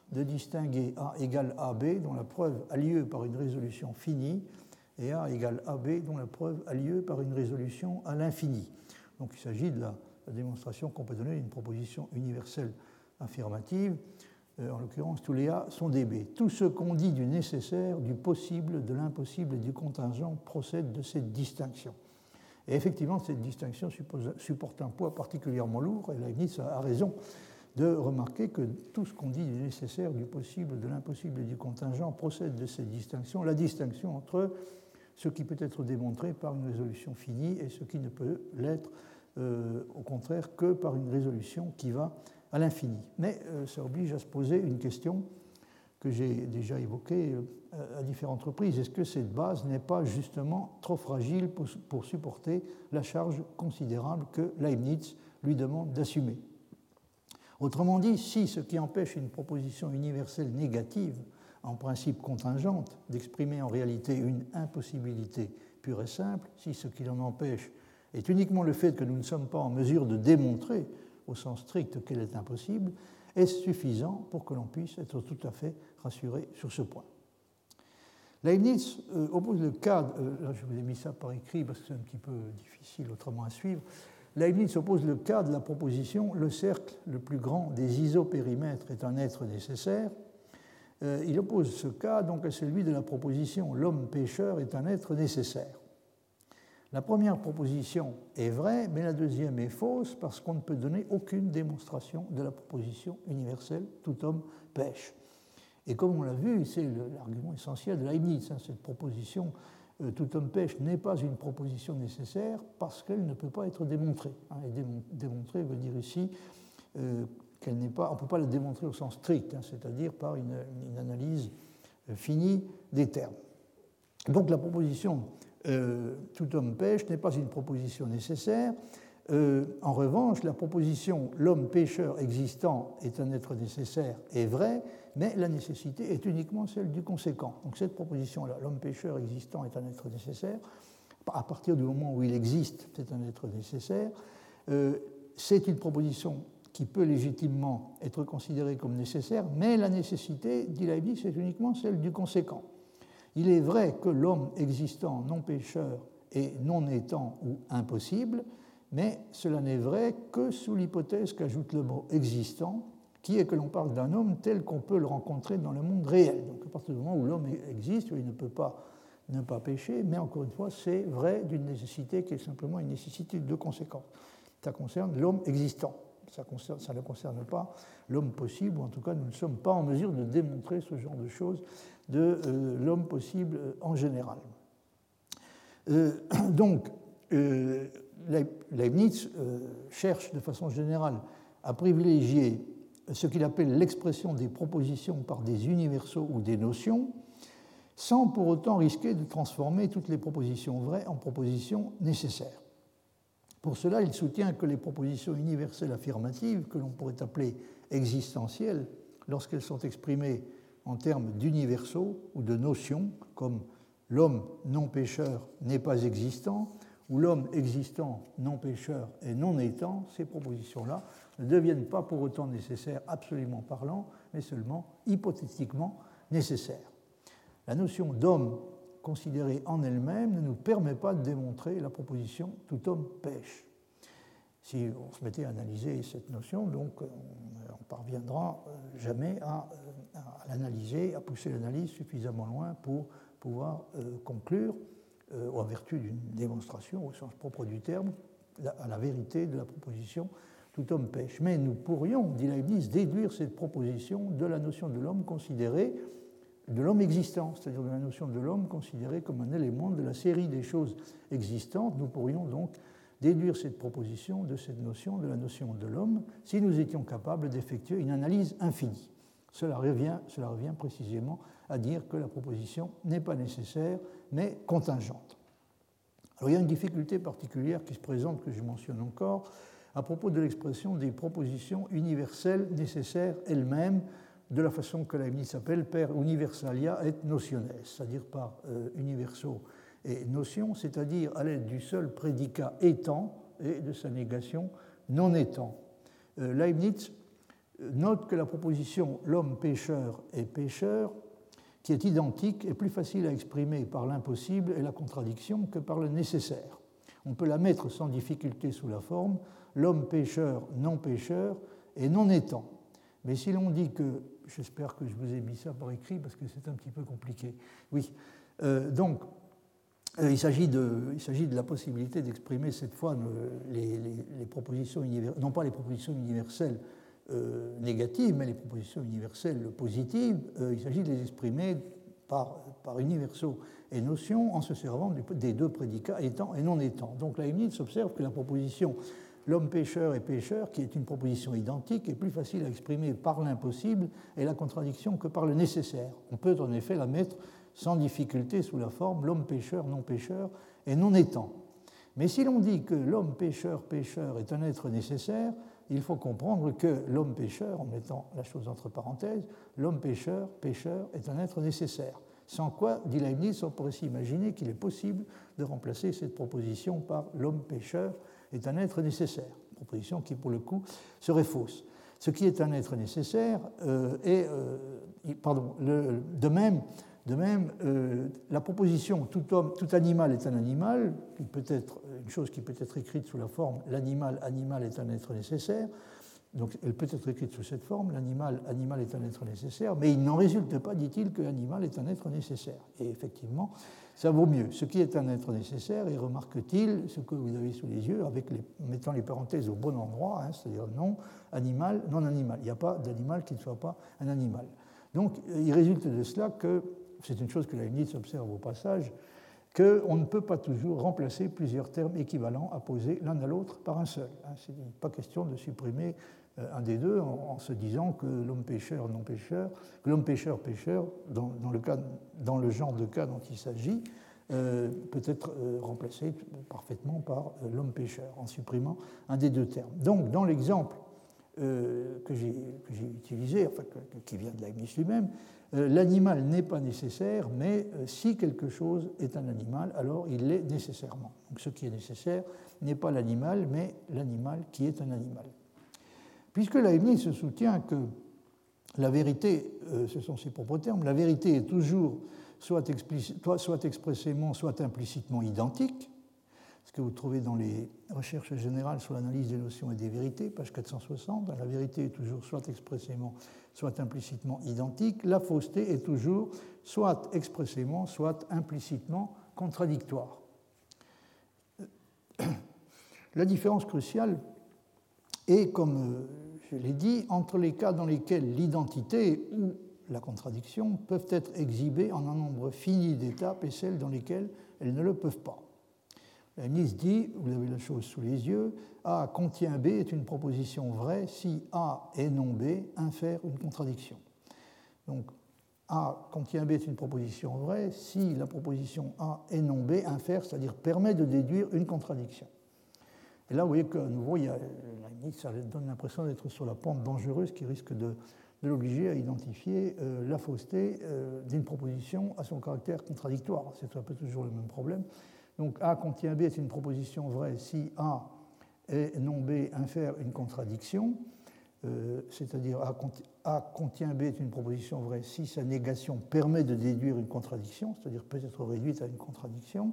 de distinguer A égale A B dont la preuve a lieu par une résolution finie et A égale A B dont la preuve a lieu par une résolution à l'infini. Donc il s'agit de la, la démonstration qu'on peut donner d'une proposition universelle affirmative. Euh, en l'occurrence, tous les A sont des B. Tout ce qu'on dit du nécessaire, du possible, de l'impossible et du contingent procède de cette distinction. Et effectivement, cette distinction suppose, supporte un poids particulièrement lourd, et Leibniz a raison de remarquer que tout ce qu'on dit du nécessaire, du possible, de l'impossible et du contingent procède de cette distinction, la distinction entre ce qui peut être démontré par une résolution finie et ce qui ne peut l'être, euh, au contraire, que par une résolution qui va à l'infini. Mais euh, ça oblige à se poser une question que j'ai déjà évoquée euh, à différentes reprises. Est-ce que cette base n'est pas justement trop fragile pour, pour supporter la charge considérable que Leibniz lui demande d'assumer? Autrement dit, si ce qui empêche une proposition universelle négative, en principe contingente, d'exprimer en réalité une impossibilité pure et simple, si ce qui l'en empêche est uniquement le fait que nous ne sommes pas en mesure de démontrer au sens strict qu'elle est impossible, est suffisant pour que l'on puisse être tout à fait rassuré sur ce point. Leibniz euh, oppose le cas, euh, là je vous ai mis ça par écrit parce que c'est un petit peu difficile autrement à suivre, Leibniz oppose le cas de la proposition « le cercle le plus grand des isopérimètres est un être nécessaire ». Euh, il oppose ce cas donc à celui de la proposition « l'homme pécheur est un être nécessaire ». La première proposition est vraie, mais la deuxième est fausse parce qu'on ne peut donner aucune démonstration de la proposition universelle « tout homme pêche ». Et comme on l'a vu, c'est l'argument essentiel de Leibniz, hein, cette proposition euh, « tout homme pêche » n'est pas une proposition nécessaire parce qu'elle ne peut pas être démontrée. Hein, et démontrer veut dire ici euh, qu'elle n'est pas, on ne peut pas la démontrer au sens strict, hein, c'est-à-dire par une, une analyse finie des termes. Donc la proposition Euh, tout homme pêche n'est pas une proposition nécessaire. Euh, en revanche, la proposition l'homme pécheur existant est un être nécessaire est vraie, mais la nécessité est uniquement celle du conséquent. Donc cette proposition-là, l'homme pécheur existant est un être nécessaire, à partir du moment où il existe, c'est un être nécessaire. Euh, c'est une proposition qui peut légitimement être considérée comme nécessaire, mais la nécessité, dit Leibniz, c'est uniquement celle du conséquent. Il est vrai que l'homme existant, non pécheur, est non étant ou impossible, mais cela n'est vrai que sous l'hypothèse qu'ajoute le mot existant, qui est que l'on parle d'un homme tel qu'on peut le rencontrer dans le monde réel. Donc à partir du moment où l'homme existe, il ne peut pas ne pas pécher, mais encore une fois, c'est vrai d'une nécessité qui est simplement une nécessité de conséquence. Ça concerne l'homme existant. Ça, concerne, ça ne concerne pas l'homme possible, ou en tout cas, nous ne sommes pas en mesure de démontrer ce genre de choses de euh, l'homme possible euh, en général. Euh, donc, euh, Leibniz euh, cherche de façon générale à privilégier ce qu'il appelle l'expression des propositions par des universaux ou des notions, sans pour autant risquer de transformer toutes les propositions vraies en propositions nécessaires. Pour cela, il soutient que les propositions universelles affirmatives, que l'on pourrait appeler existentielles, lorsqu'elles sont exprimées en termes d'universaux ou de notions, comme l'homme non pécheur n'est pas existant, ou l'homme existant non pécheur et non étant, ces propositions-là ne deviennent pas pour autant nécessaires absolument parlant, mais seulement hypothétiquement nécessaires. La notion d'homme considérée en elle-même ne nous permet pas de démontrer la proposition « tout homme pêche ». Si on se mettait à analyser cette notion, donc on ne parviendra jamais à, à l'analyser, à pousser l'analyse suffisamment loin pour pouvoir euh, conclure, euh, en vertu d'une démonstration au sens propre du terme, la, à la vérité de la proposition « tout homme pêche ». Mais nous pourrions, dit Leibniz, déduire cette proposition de la notion de l'homme considérée de l'homme existant, c'est-à-dire de la notion de l'homme considérée comme un élément de la série des choses existantes. Nous pourrions donc déduire cette proposition de cette notion, de la notion de l'homme, si nous étions capables d'effectuer une analyse infinie. Cela revient, cela revient précisément à dire que la proposition n'est pas nécessaire, mais contingente. Alors il y a une difficulté particulière qui se présente, que je mentionne encore, à propos de l'expression des propositions universelles nécessaires elles-mêmes, de la façon que Leibniz s'appelle per universalia et notiones, c'est-à-dire par euh, universaux et notions, c'est-à-dire à l'aide du seul prédicat étant et de sa négation non étant. Euh, Leibniz note que la proposition l'homme pécheur est pécheur, qui est identique, est plus facile à exprimer par l'impossible et la contradiction que par le nécessaire. On peut la mettre sans difficulté sous la forme l'homme pécheur, non pécheur et non étant. Mais si l'on dit que, j'espère que je vous ai mis ça par écrit parce que c'est un petit peu compliqué. Oui, euh, donc euh, il s'agit de, il s'agit de la possibilité d'exprimer cette fois les, les, les propositions universelles, non pas les propositions universelles euh, négatives, mais les propositions universelles positives. Euh, il s'agit de les exprimer par, par universaux et notions en se servant des deux prédicats étant et non étant. Donc Leibniz observe que la proposition l'homme pécheur est pécheur, qui est une proposition identique, est plus facile à exprimer par l'impossible et la contradiction que par le nécessaire. On peut en effet la mettre sans difficulté sous la forme l'homme pécheur, non pécheur et non étant. Mais si l'on dit que l'homme pécheur, pécheur est un être nécessaire, il faut comprendre que l'homme pécheur, en mettant la chose entre parenthèses, l'homme pécheur, pécheur est un être nécessaire. Sans quoi, dit Leibniz, on pourrait s'imaginer qu'il est possible de remplacer cette proposition par l'homme pécheur est un être nécessaire, proposition qui pour le coup serait fausse. Ce qui est un être nécessaire euh, est, euh, pardon, le, de même, de même euh, la proposition tout homme, tout animal est un animal, qui peut être une chose qui peut être écrite sous la forme l'animal, animal est un être nécessaire. Donc elle peut être écrite sous cette forme, l'animal, animal est un être nécessaire, mais il n'en résulte pas, dit-il, que l'animal est un être nécessaire. Et effectivement, ça vaut mieux. Ce qui est un être nécessaire, et remarque-t-il, ce que vous avez sous les yeux, avec les, mettant les parenthèses au bon endroit, hein, c'est-à-dire non animal, non animal. Il n'y a pas d'animal qui ne soit pas un animal. Donc il résulte de cela que, c'est une chose que Leibniz observe au passage, qu'on ne peut pas toujours remplacer plusieurs termes équivalents apposés l'un à l'autre par un seul. Ce n'est pas question de supprimer un des deux en, en se disant que l'homme pécheur, non pécheur, que l'homme pécheur, pécheur, dans, dans, le cas, dans le genre de cas dont il s'agit, euh, peut être euh, remplacé parfaitement par euh, l'homme pécheur, en supprimant un des deux termes. Donc, dans l'exemple euh, que j'ai utilisé, enfin, que, qui vient de Leibniz lui-même, euh, l'animal n'est pas nécessaire, mais euh, si quelque chose est un animal, alors il l'est nécessairement. Donc, ce qui est nécessaire n'est pas l'animal, mais l'animal qui est un animal. Puisque Leibniz se soutient que la vérité, euh, ce sont ses propres termes, la vérité est toujours soit, soit expressément, soit implicitement identique, ce que vous trouvez dans les recherches générales sur l'analyse des notions et des vérités, page quatre cent soixante, la vérité est toujours soit expressément, soit implicitement identique, la fausseté est toujours soit expressément, soit implicitement contradictoire. La différence cruciale est, comme je l'ai dit, entre les cas dans lesquels l'identité ou la contradiction peuvent être exhibées en un nombre fini d'étapes et celles dans lesquelles elles ne le peuvent pas. Leibniz dit, vous avez la chose sous les yeux, A contient B est une proposition vraie si A et non B infère une contradiction. Donc A contient B est une proposition vraie si la proposition A et non B infère, c'est-à-dire permet de déduire une contradiction. Et là, vous voyez qu'à nouveau, il y a, ça donne l'impression d'être sur la pente dangereuse qui risque de, de l'obliger à identifier euh, la fausseté euh, d'une proposition à son caractère contradictoire. C'est un peu toujours le même problème. Donc A contient B est une proposition vraie si A et non B infère une contradiction, euh, c'est-à-dire A, A contient B est une proposition vraie si sa négation permet de déduire une contradiction, c'est-à-dire peut être réduite à une contradiction.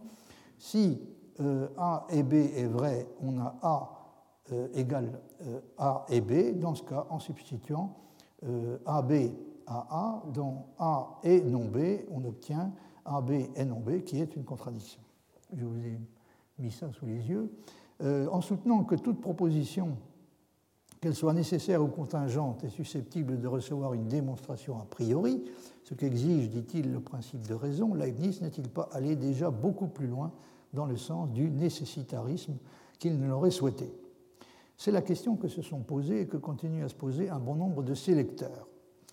Si euh, A et B est vrai, on a A euh, égale euh, A et B, dans ce cas en substituant euh, A B à A, dans A et non B, on obtient A B et non B qui est une contradiction. Je vous ai mis ça sous les yeux, euh, en soutenant que toute proposition, qu'elle soit nécessaire ou contingente, est susceptible de recevoir une démonstration a priori, ce qu'exige, dit-il, le principe de raison, Leibniz n'est-il pas allé déjà beaucoup plus loin dans le sens du nécessitarisme qu'il ne l'aurait souhaité? C'est la question que se sont posées et que continuent à se poser un bon nombre de ses lecteurs.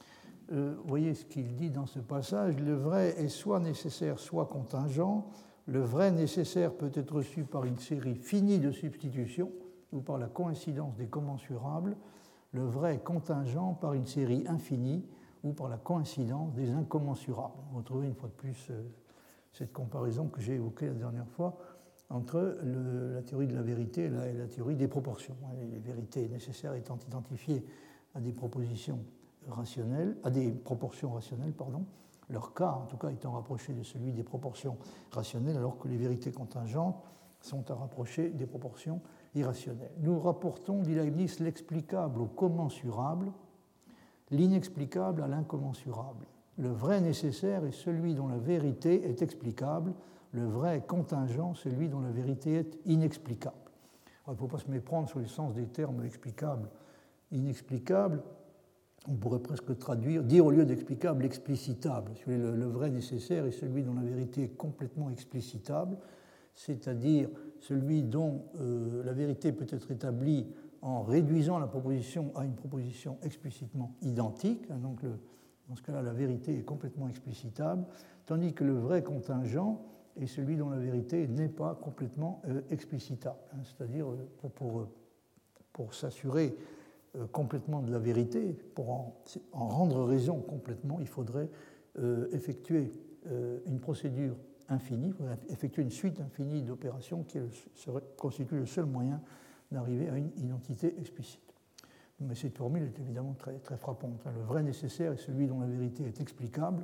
Euh, vous voyez ce qu'il dit dans ce passage, le vrai est soit nécessaire, soit contingent. Le vrai nécessaire peut être reçu par une série finie de substitutions ou par la coïncidence des commensurables, le vrai contingent par une série infinie ou par la coïncidence des incommensurables. Vous retrouvez une fois de plus euh, cette comparaison que j'ai évoquée la dernière fois entre le, la théorie de la vérité et la, et la théorie des proportions. Les vérités nécessaires étant identifiées à des propositions rationnelles, à des proportions rationnelles, pardon, leur cas en tout cas étant rapproché de celui des proportions rationnelles, alors que les vérités contingentes sont à rapprocher des proportions irrationnelles. Nous rapportons, dit Leibniz, l'explicable au commensurable, l'inexplicable à l'incommensurable. Le vrai nécessaire est celui dont la vérité est explicable, le vrai contingent, celui dont la vérité est inexplicable. Alors, il ne faut pas se méprendre sur le sens des termes explicable, inexplicable. On pourrait presque traduire, dire au lieu d'explicable, explicitable. Le, le vrai nécessaire est celui dont la vérité est complètement explicitable, c'est-à-dire celui dont euh, la vérité peut être établie en réduisant la proposition à une proposition explicitement identique. Donc le, dans ce cas-là, la vérité est complètement explicitable, tandis que le vrai contingent est celui dont la vérité n'est pas complètement euh, explicitable. Hein, c'est-à-dire, pour, pour, pour s'assurer euh, complètement de la vérité, pour en, en rendre raison complètement, il faudrait euh, effectuer euh, une procédure infinie, il faudrait effectuer une suite infinie d'opérations qui serait, constitue le seul moyen d'arriver à une identité explicite. Mais cette formule est évidemment très, très frappante. Le vrai nécessaire est celui dont la vérité est explicable,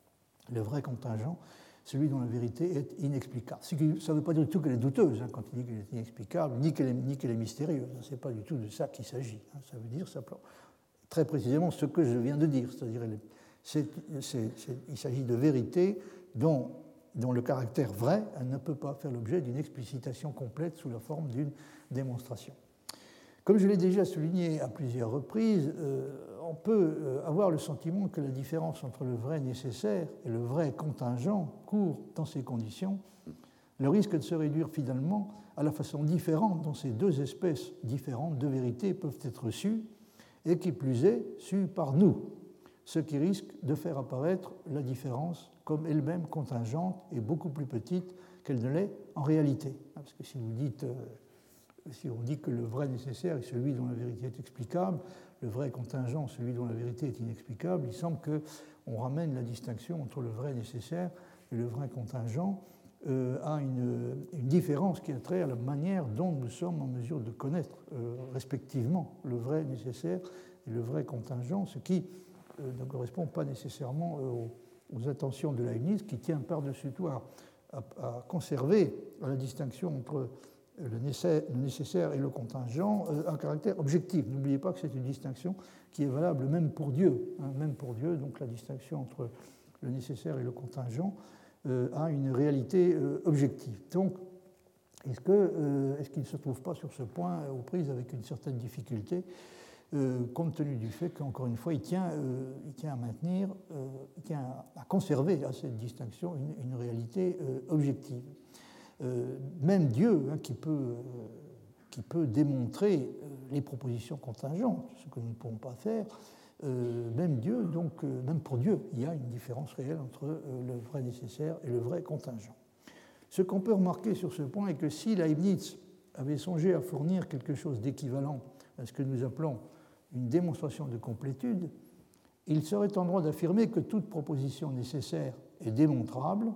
le vrai contingent, celui dont la vérité est inexplicable. Ça ne veut pas dire du tout qu'elle est douteuse, hein, quand il dit qu'elle est inexplicable, ni qu'elle est, ni qu'elle est mystérieuse. Ce n'est pas du tout de ça qu'il s'agit. Hein. Ça veut dire simplement, très précisément ce que je viens de dire, c'est-à-dire c'est, c'est, c'est, il s'agit de vérité dont, dont le caractère vrai ne peut pas faire l'objet d'une explicitation complète sous la forme d'une démonstration. Comme je l'ai déjà souligné à plusieurs reprises, euh, on peut euh, avoir le sentiment que la différence entre le vrai nécessaire et le vrai contingent court dans ces conditions. Le risque de se réduire finalement à la façon différente dont ces deux espèces différentes de vérité peuvent être sues, et qui plus est, sues par nous, ce qui risque de faire apparaître la différence comme elle-même contingente et beaucoup plus petite qu'elle ne l'est en réalité. Parce que si vous dites... Euh, Si on dit que le vrai nécessaire est celui dont la vérité est explicable, le vrai contingent, celui dont la vérité est inexplicable, il semble qu'on ramène la distinction entre le vrai nécessaire et le vrai contingent euh, à une, une différence qui a trait à la manière dont nous sommes en mesure de connaître euh, respectivement le vrai nécessaire et le vrai contingent, ce qui euh, ne correspond pas nécessairement euh, aux, aux intentions de Leibniz, qui tient par-dessus tout à, à, à conserver la distinction entre le nécessaire et le contingent, un caractère objectif. N'oubliez pas que c'est une distinction qui est valable même pour Dieu. Hein, même pour Dieu, donc la distinction entre le nécessaire et le contingent euh, a une réalité euh, objective. Donc, est-ce, que, euh, est-ce qu'il ne se trouve pas sur ce point aux prises avec une certaine difficulté, euh, compte tenu du fait qu'encore une fois, il tient, euh, il tient à maintenir, euh, il tient à, à conserver à cette distinction une, une réalité euh, objective. Euh, même Dieu, hein, qui, peut, euh, qui peut démontrer euh, les propositions contingentes, ce que nous ne pouvons pas faire, euh, même Dieu, donc euh, même pour Dieu, il y a une différence réelle entre euh, le vrai nécessaire et le vrai contingent. Ce qu'on peut remarquer sur ce point est que si Leibniz avait songé à fournir quelque chose d'équivalent à ce que nous appelons une démonstration de complétude, il serait en droit d'affirmer que toute proposition nécessaire est démontrable,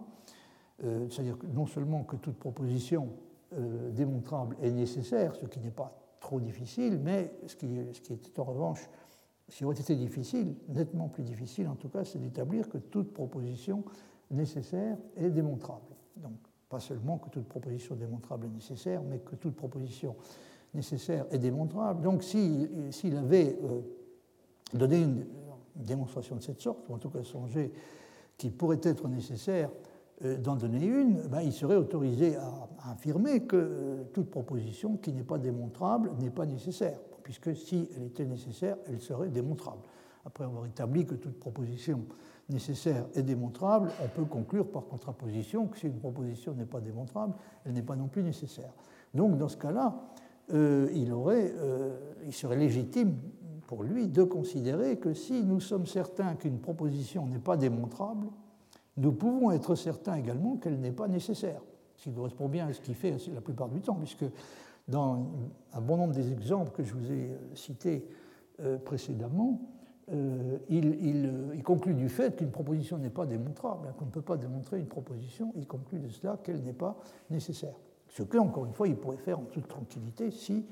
Euh, c'est-à-dire que non seulement que toute proposition euh, démontrable est nécessaire, ce qui n'est pas trop difficile, mais ce qui, ce qui est en revanche, ce qui aurait été difficile, nettement plus difficile en tout cas, c'est d'établir que toute proposition nécessaire est démontrable. Donc, pas seulement que toute proposition démontrable est nécessaire, mais que toute proposition nécessaire est démontrable. Donc, s'il si, s'il avait euh, donné une, une démonstration de cette sorte, ou en tout cas songé qu'il pourrait être nécessaire d'en donner une, ben, il serait autorisé à, à affirmer que euh, toute proposition qui n'est pas démontrable n'est pas nécessaire, puisque si elle était nécessaire, elle serait démontrable. Après avoir établi que toute proposition nécessaire est démontrable, on peut conclure par contraposition que si une proposition n'est pas démontrable, elle n'est pas non plus nécessaire. Donc dans ce cas-là, euh, il, aurait, euh, il serait légitime pour lui de considérer que si nous sommes certains qu'une proposition n'est pas démontrable, nous pouvons être certains également qu'elle n'est pas nécessaire, ce qui correspond bien à ce qu'il fait la plupart du temps, puisque dans un bon nombre des exemples que je vous ai cités précédemment, il, il, il conclut du fait qu'une proposition n'est pas démontrable, qu'on ne peut pas démontrer une proposition, il conclut de cela qu'elle n'est pas nécessaire. Ce que, encore une fois, il pourrait faire en toute tranquillité si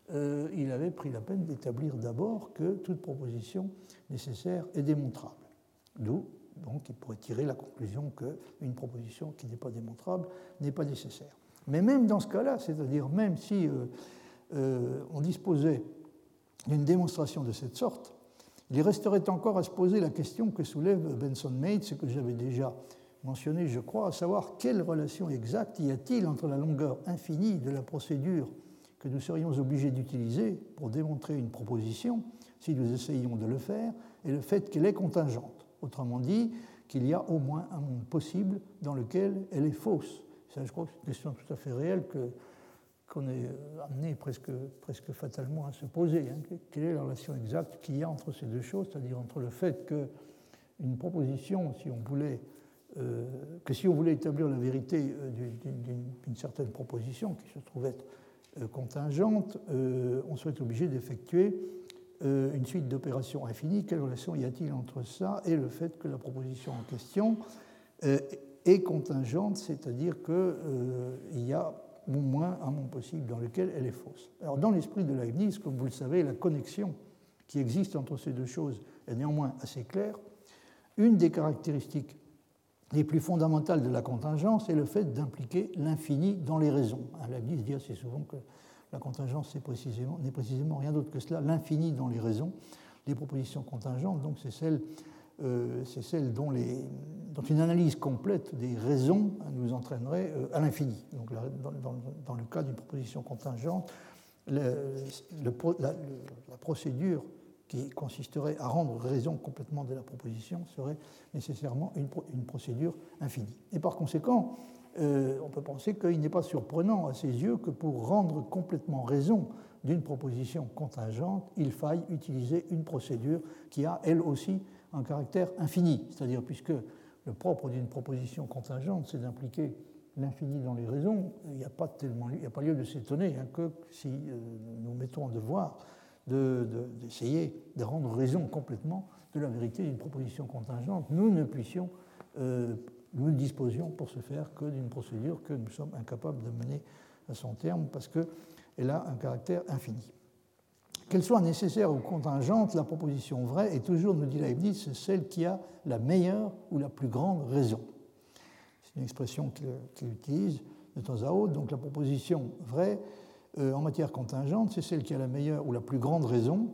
euh, il avait pris la peine d'établir d'abord que toute proposition nécessaire est démontrable. D'où, donc, il pourrait tirer la conclusion qu'une proposition qui n'est pas démontrable n'est pas nécessaire. Mais même dans ce cas-là, c'est-à-dire même si euh, euh, on disposait d'une démonstration de cette sorte, il resterait encore à se poser la question que soulève Benson-Mates, ce que j'avais déjà mentionné, je crois, à savoir quelle relation exacte y a-t-il entre la longueur infinie de la procédure que nous serions obligés d'utiliser pour démontrer une proposition, si nous essayions de le faire, et le fait qu'elle est contingente. Autrement dit, qu'il y a au moins un monde possible dans lequel elle est fausse. Ça, je crois que c'est une question tout à fait réelle que, qu'on est amené presque, presque fatalement à se poser. Hein. Quelle est la relation exacte qu'il y a entre ces deux choses, c'est-à-dire entre le fait qu'une proposition, si on voulait, euh, que si on voulait établir la vérité euh, d'une, d'une certaine proposition qui se trouve être euh, contingente, euh, on serait obligé d'effectuer euh, une suite d'opérations infinies. Quelle relation y a-t-il entre ça et le fait que la proposition en question euh, est contingente, c'est-à-dire qu'il euh, y a au moins un monde possible dans lequel elle est fausse. Alors, dans l'esprit de Leibniz, comme vous le savez, la connexion qui existe entre ces deux choses est néanmoins assez claire. Une des caractéristiques les plus fondamentales de la contingence est le fait d'impliquer l'infini dans les raisons. Leibniz dit assez souvent que la contingence n'est précisément, n'est précisément rien d'autre que cela, l'infini dans les raisons. Les propositions contingentes, donc, c'est celle, euh, c'est celle dont, les, dont une analyse complète des raisons nous entraînerait euh, à l'infini. Donc, la, dans, dans, dans le cas d'une proposition contingente, le, le, la, le, la procédure qui consisterait à rendre raison complètement de la proposition serait nécessairement une, une procédure infinie. Et par conséquent, euh, on peut penser qu'il n'est pas surprenant à ses yeux que pour rendre complètement raison d'une proposition contingente, il faille utiliser une procédure qui a, elle aussi, un caractère infini. C'est-à-dire, puisque le propre d'une proposition contingente, c'est d'impliquer l'infini dans les raisons, il n'y a pas tellement, il n'y a pas lieu de s'étonner hein, que si euh, nous mettons en devoir de, de, d'essayer de rendre raison complètement de la vérité d'une proposition contingente, nous ne puissions, euh, nous ne disposions pour ce faire que d'une procédure que nous sommes incapables de mener à son terme parce qu'elle a un caractère infini. Qu'elle soit nécessaire ou contingente, la proposition vraie est toujours, nous dit Leibniz, celle qui a la meilleure ou la plus grande raison. C'est une expression qu'il, qu'il utilise de temps à autre. Donc la proposition vraie, euh, en matière contingente, c'est celle qui a la meilleure ou la plus grande raison.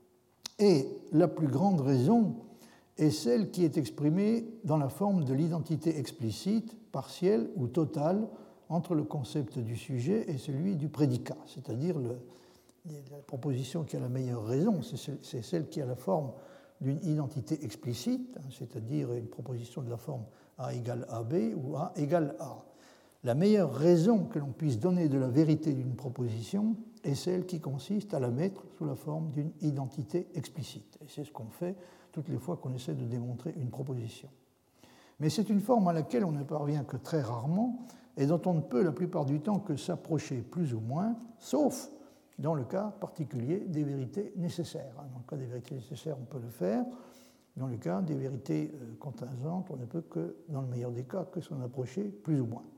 Et la plus grande raison est celle qui est exprimée dans la forme de l'identité explicite, partielle ou totale entre le concept du sujet et celui du prédicat, c'est-à-dire le, la proposition qui a la meilleure raison, c'est celle qui a la forme d'une identité explicite, c'est-à-dire une proposition de la forme A égale A B ou A égale A. La meilleure raison que l'on puisse donner de la vérité d'une proposition est celle qui consiste à la mettre sous la forme d'une identité explicite. Et c'est ce qu'on fait toutes les fois qu'on essaie de démontrer une proposition. Mais c'est une forme à laquelle on ne parvient que très rarement et dont on ne peut la plupart du temps que s'approcher plus ou moins, sauf dans le cas particulier des vérités nécessaires. Dans le cas des vérités nécessaires, on peut le faire. Dans le cas des vérités contingentes, on ne peut que, dans le meilleur des cas, que s'en approcher plus ou moins.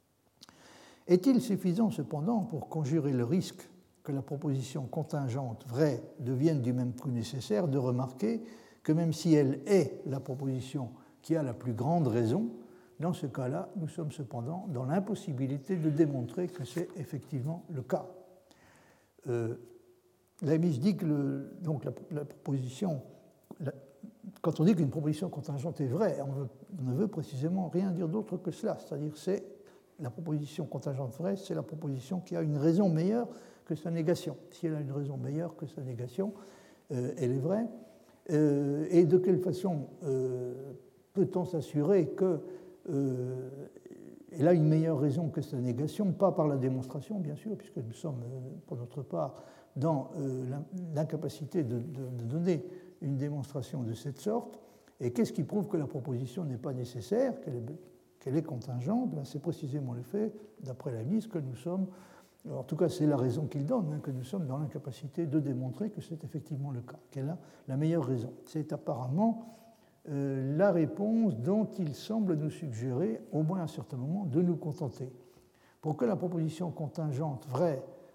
Est-il suffisant cependant pour conjurer le risque que la proposition contingente vraie devienne du même coup nécessaire de remarquer que même si elle est la proposition qui a la plus grande raison, dans ce cas-là, nous sommes cependant dans l'impossibilité de démontrer que c'est effectivement le cas. Euh, Leibniz dit que le, donc la, la proposition, la, quand on dit qu'une proposition contingente est vraie, on, veut, on ne veut précisément rien dire d'autre que cela, c'est-à-dire c'est la proposition contingente vraie, c'est la proposition qui a une raison meilleure que sa négation. Si elle a une raison meilleure que sa négation, euh, elle est vraie. Euh, et de quelle façon euh, peut-on s'assurer qu'elle euh, a une meilleure raison que sa négation? Pas par la démonstration, bien sûr, puisque nous sommes, euh, pour notre part, dans euh, l'incapacité de, de, de donner une démonstration de cette sorte. Et qu'est-ce qui prouve que la proposition n'est pas nécessaire, qu'elle est, qu'elle est contingente? Ben, c'est précisément le fait, d'après Leibniz, que nous sommes, en tout cas c'est la raison qu'il donne, hein, que nous sommes dans l'incapacité de démontrer que c'est effectivement le cas, qu'elle a la meilleure raison. C'est apparemment euh, la réponse dont il semble nous suggérer, au moins à un certain moment, de nous contenter. Pour que la proposition contingente vraie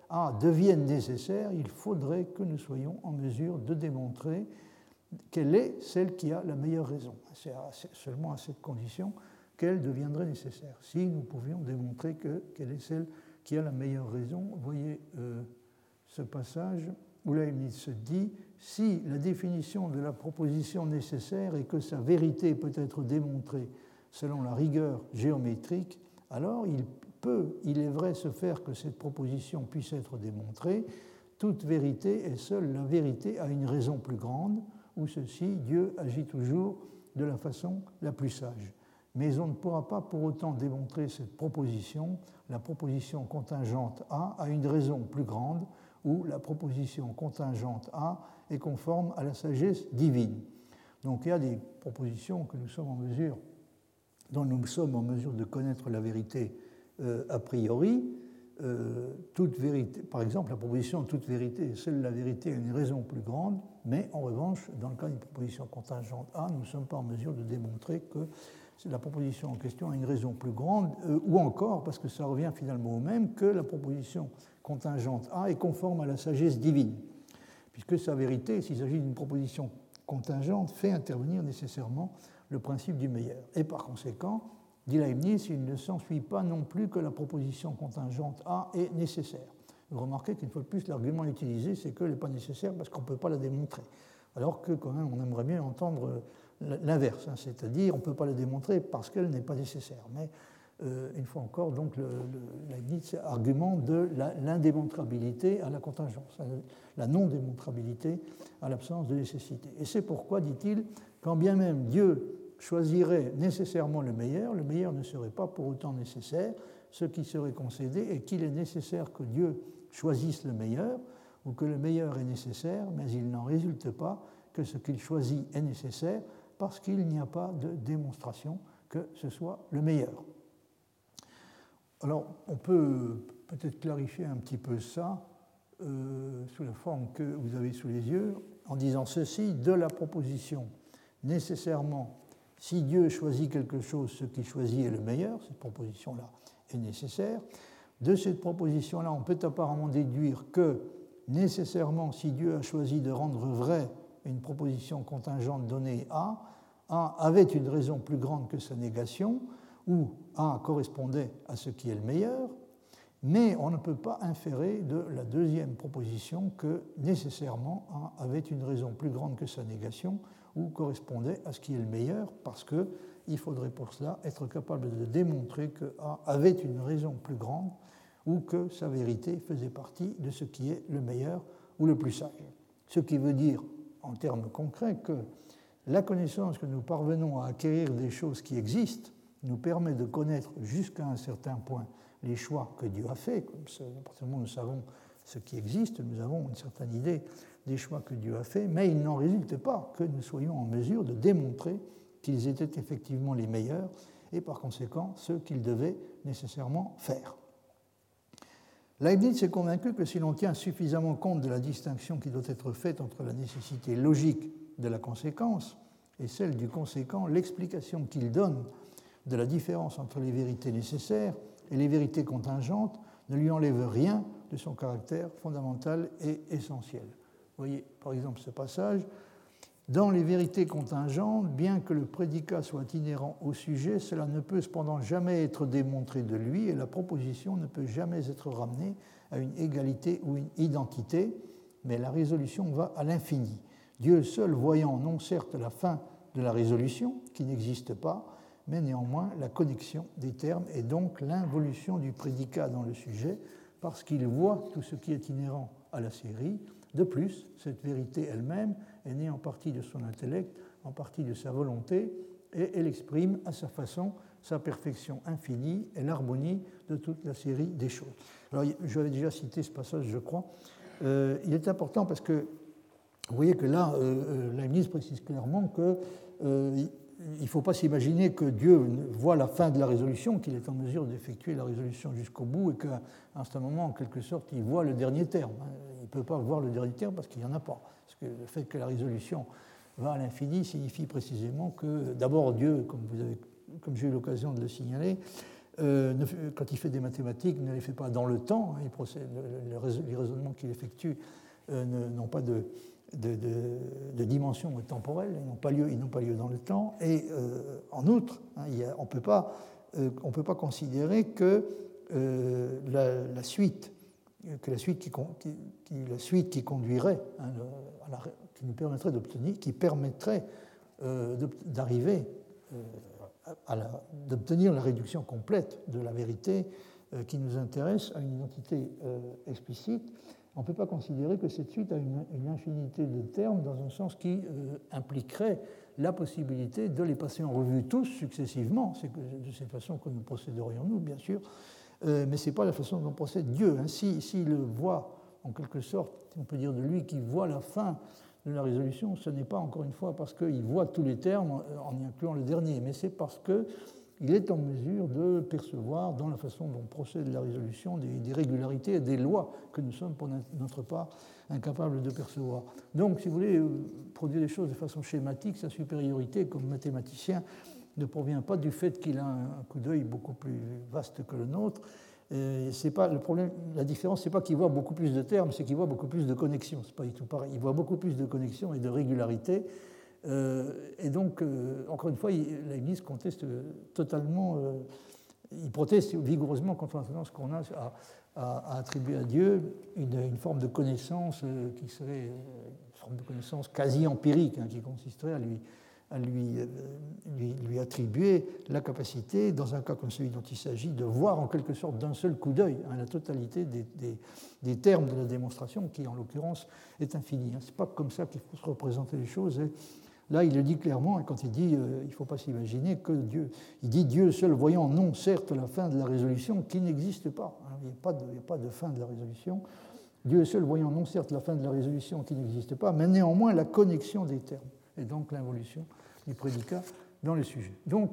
A devienne nécessaire, il faudrait que nous soyons en mesure de démontrer quelle est celle qui a la meilleure raison. C'est seulement à cette condition qu'elle deviendrait nécessaire. Si nous pouvions démontrer que, quelle est celle qui a la meilleure raison, vous voyez euh, ce passage où Leibniz se dit « Si la définition de la proposition nécessaire est que sa vérité peut être démontrée selon la rigueur géométrique, alors il peut, il est vrai, se faire que cette proposition puisse être démontrée. Toute vérité est seule la vérité à une raison plus grande, où ceci, Dieu agit toujours de la façon la plus sage. Mais on ne pourra pas pour autant démontrer cette proposition, la proposition contingente A, à une raison plus grande, où la proposition contingente A est conforme à la sagesse divine. » Donc il y a des propositions que nous sommes en mesure, dont nous sommes en mesure de connaître la vérité euh, a priori. Euh, toute vérité, par exemple, la proposition de toute vérité, seule la vérité a une raison plus grande, mais en revanche, dans le cas d'une proposition contingente A, nous ne sommes pas en mesure de démontrer que la proposition en question a une raison plus grande, euh, ou encore, parce que ça revient finalement au même, que la proposition contingente A est conforme à la sagesse divine, puisque sa vérité, s'il s'agit d'une proposition contingente, fait intervenir nécessairement le principe du meilleur. Et par conséquent, dit Leibniz, il ne s'ensuit pas non plus que la proposition contingente A est nécessaire. Vous remarquez qu'une fois de plus, l'argument utilisé, c'est qu'elle n'est pas nécessaire parce qu'on ne peut pas la démontrer. Alors que quand même, on aimerait bien entendre l'inverse, hein, c'est-à-dire on ne peut pas la démontrer parce qu'elle n'est pas nécessaire. Mais euh, une fois encore, donc, le, le Leibniz argument de l'indémontrabilité à la contingence, la non-démontrabilité à l'absence de nécessité. Et c'est pourquoi, dit-il, quand bien même Dieu choisirait nécessairement le meilleur, le meilleur ne serait pas pour autant nécessaire. Ce qui serait concédé est qu'il est nécessaire que Dieu choisisse le meilleur, ou que le meilleur est nécessaire, mais il n'en résulte pas que ce qu'il choisit est nécessaire, parce qu'il n'y a pas de démonstration que ce soit le meilleur. Alors, on peut peut-être clarifier un petit peu ça euh, sous la forme que vous avez sous les yeux, en disant ceci: de la proposition nécessairement, si Dieu choisit quelque chose, ce qu'il choisit est le meilleur, cette proposition-là est nécessaire. De cette proposition-là, on peut apparemment déduire que, nécessairement, si Dieu a choisi de rendre vrai une proposition contingente donnée A, A avait une raison plus grande que sa négation, où A correspondait à ce qui est le meilleur, mais on ne peut pas inférer de la deuxième proposition que, nécessairement, A avait une raison plus grande que sa négation, ou correspondait à ce qui est le meilleur, parce qu'il faudrait pour cela être capable de démontrer que A avait une raison plus grande, ou que sa vérité faisait partie de ce qui est le meilleur ou le plus sage. Ce qui veut dire, en termes concrets, que la connaissance que nous parvenons à acquérir des choses qui existent nous permet de connaître jusqu'à un certain point les choix que Dieu a faits. Comme à partir du moment où nous savons ce qui existe, nous avons une certaine idée des choix que Dieu a faits, mais il n'en résulte pas que nous soyons en mesure de démontrer qu'ils étaient effectivement les meilleurs et par conséquent ceux qu'il devait nécessairement faire. Leibniz s'est convaincu que si l'on tient suffisamment compte de la distinction qui doit être faite entre la nécessité logique de la conséquence et celle du conséquent, l'explication qu'il donne de la différence entre les vérités nécessaires et les vérités contingentes ne lui enlève rien de son caractère fondamental et essentiel. Vous voyez par exemple ce passage. Dans les vérités contingentes, bien que le prédicat soit inhérent au sujet, cela ne peut cependant jamais être démontré de lui et la proposition ne peut jamais être ramenée à une égalité ou une identité, mais la résolution va à l'infini. Dieu seul voyant non certes la fin de la résolution, qui n'existe pas, mais néanmoins la connexion des termes et donc l'involution du prédicat dans le sujet, parce qu'il voit tout ce qui est inhérent à la série. De plus, cette vérité elle-même est née en partie de son intellect, en partie de sa volonté, et elle exprime à sa façon sa perfection infinie et l'harmonie de toute la série des choses. Alors, j'avais déjà cité ce passage, je crois. Euh, il est important parce que vous voyez que là, euh, Leibniz précise clairement que euh, il ne faut pas s'imaginer que Dieu voit la fin de la résolution, qu'il est en mesure d'effectuer la résolution jusqu'au bout et qu'à un certain moment, en quelque sorte, il voit le dernier terme. Il ne peut pas voir le dernier terme parce qu'il n'y en a pas. Parce que le fait que la résolution va à l'infini signifie précisément que, d'abord, Dieu, comme, vous avez, comme j'ai eu l'occasion de le signaler, euh, ne, quand il fait des mathématiques, ne les fait pas dans le temps. Hein, il procède, le, le, les raisonnements qu'il effectue euh, n'ont pas de, de, de, de dimension temporelle, ils n'ont pas lieu, ils n'ont pas lieu dans le temps. Et euh, en outre, hein, il y a, on ne peut pas, euh, on peut pas considérer que euh, la, la suite, que la suite qui, qui, qui, la suite qui conduirait, hein, le, à la, qui nous permettrait d'obtenir, qui permettrait euh, d'arriver euh, d'obtenir la réduction complète de la vérité euh, qui nous intéresse à une identité euh, explicite. On ne peut pas considérer que cette suite a une, une infinité de termes dans un sens qui euh, impliquerait la possibilité de les passer en revue tous successivement. C'est de cette façon que nous procéderions nous, bien sûr, euh, mais ce n'est pas la façon dont procède Dieu. Hein. S'il si, si le voit, en quelque sorte, on peut dire de lui qui voit la fin de la résolution, ce n'est pas, encore une fois, parce qu'il voit tous les termes en y incluant le dernier, mais c'est parce qu'il est en mesure de percevoir, dans la façon dont procède la résolution, des, des régularités et des lois que nous sommes, pour notre part, incapables de percevoir. Donc, si vous voulez produire les choses de façon schématique, sa supériorité comme mathématicien ne provient pas du fait qu'il a un coup d'œil beaucoup plus vaste que le nôtre. C'est pas, le problème, la différence, ce n'est pas qu'il voit beaucoup plus de termes, c'est qu'il voit beaucoup plus de connexions. Ce n'est pas du tout pareil. Il voit beaucoup plus de connexions et de régularités. Euh, et donc, euh, encore une fois, l'Église conteste totalement, euh, il proteste vigoureusement contre la tendance qu'on a à, à, à attribuer à Dieu une, une forme de connaissance euh, qui serait une forme de connaissance quasi empirique, hein, qui consisterait à lui à lui, lui, lui attribuer la capacité, dans un cas comme celui dont il s'agit, de voir en quelque sorte d'un seul coup d'œil hein, la totalité des, des, des termes de la démonstration, qui en l'occurrence est infinie. Ce n'est pas comme ça qu'il faut se représenter les choses. Et là, il le dit clairement, et quand il dit, euh, il ne faut pas s'imaginer que Dieu, il dit Dieu seul voyant, non certes la fin de la résolution qui n'existe pas. Hein, il n'y a pas de, il n'y a pas de fin de la résolution. Dieu seul voyant, non certes la fin de la résolution qui n'existe pas, mais néanmoins la connexion des termes. Et donc l'involution du prédicat dans le sujet. Donc,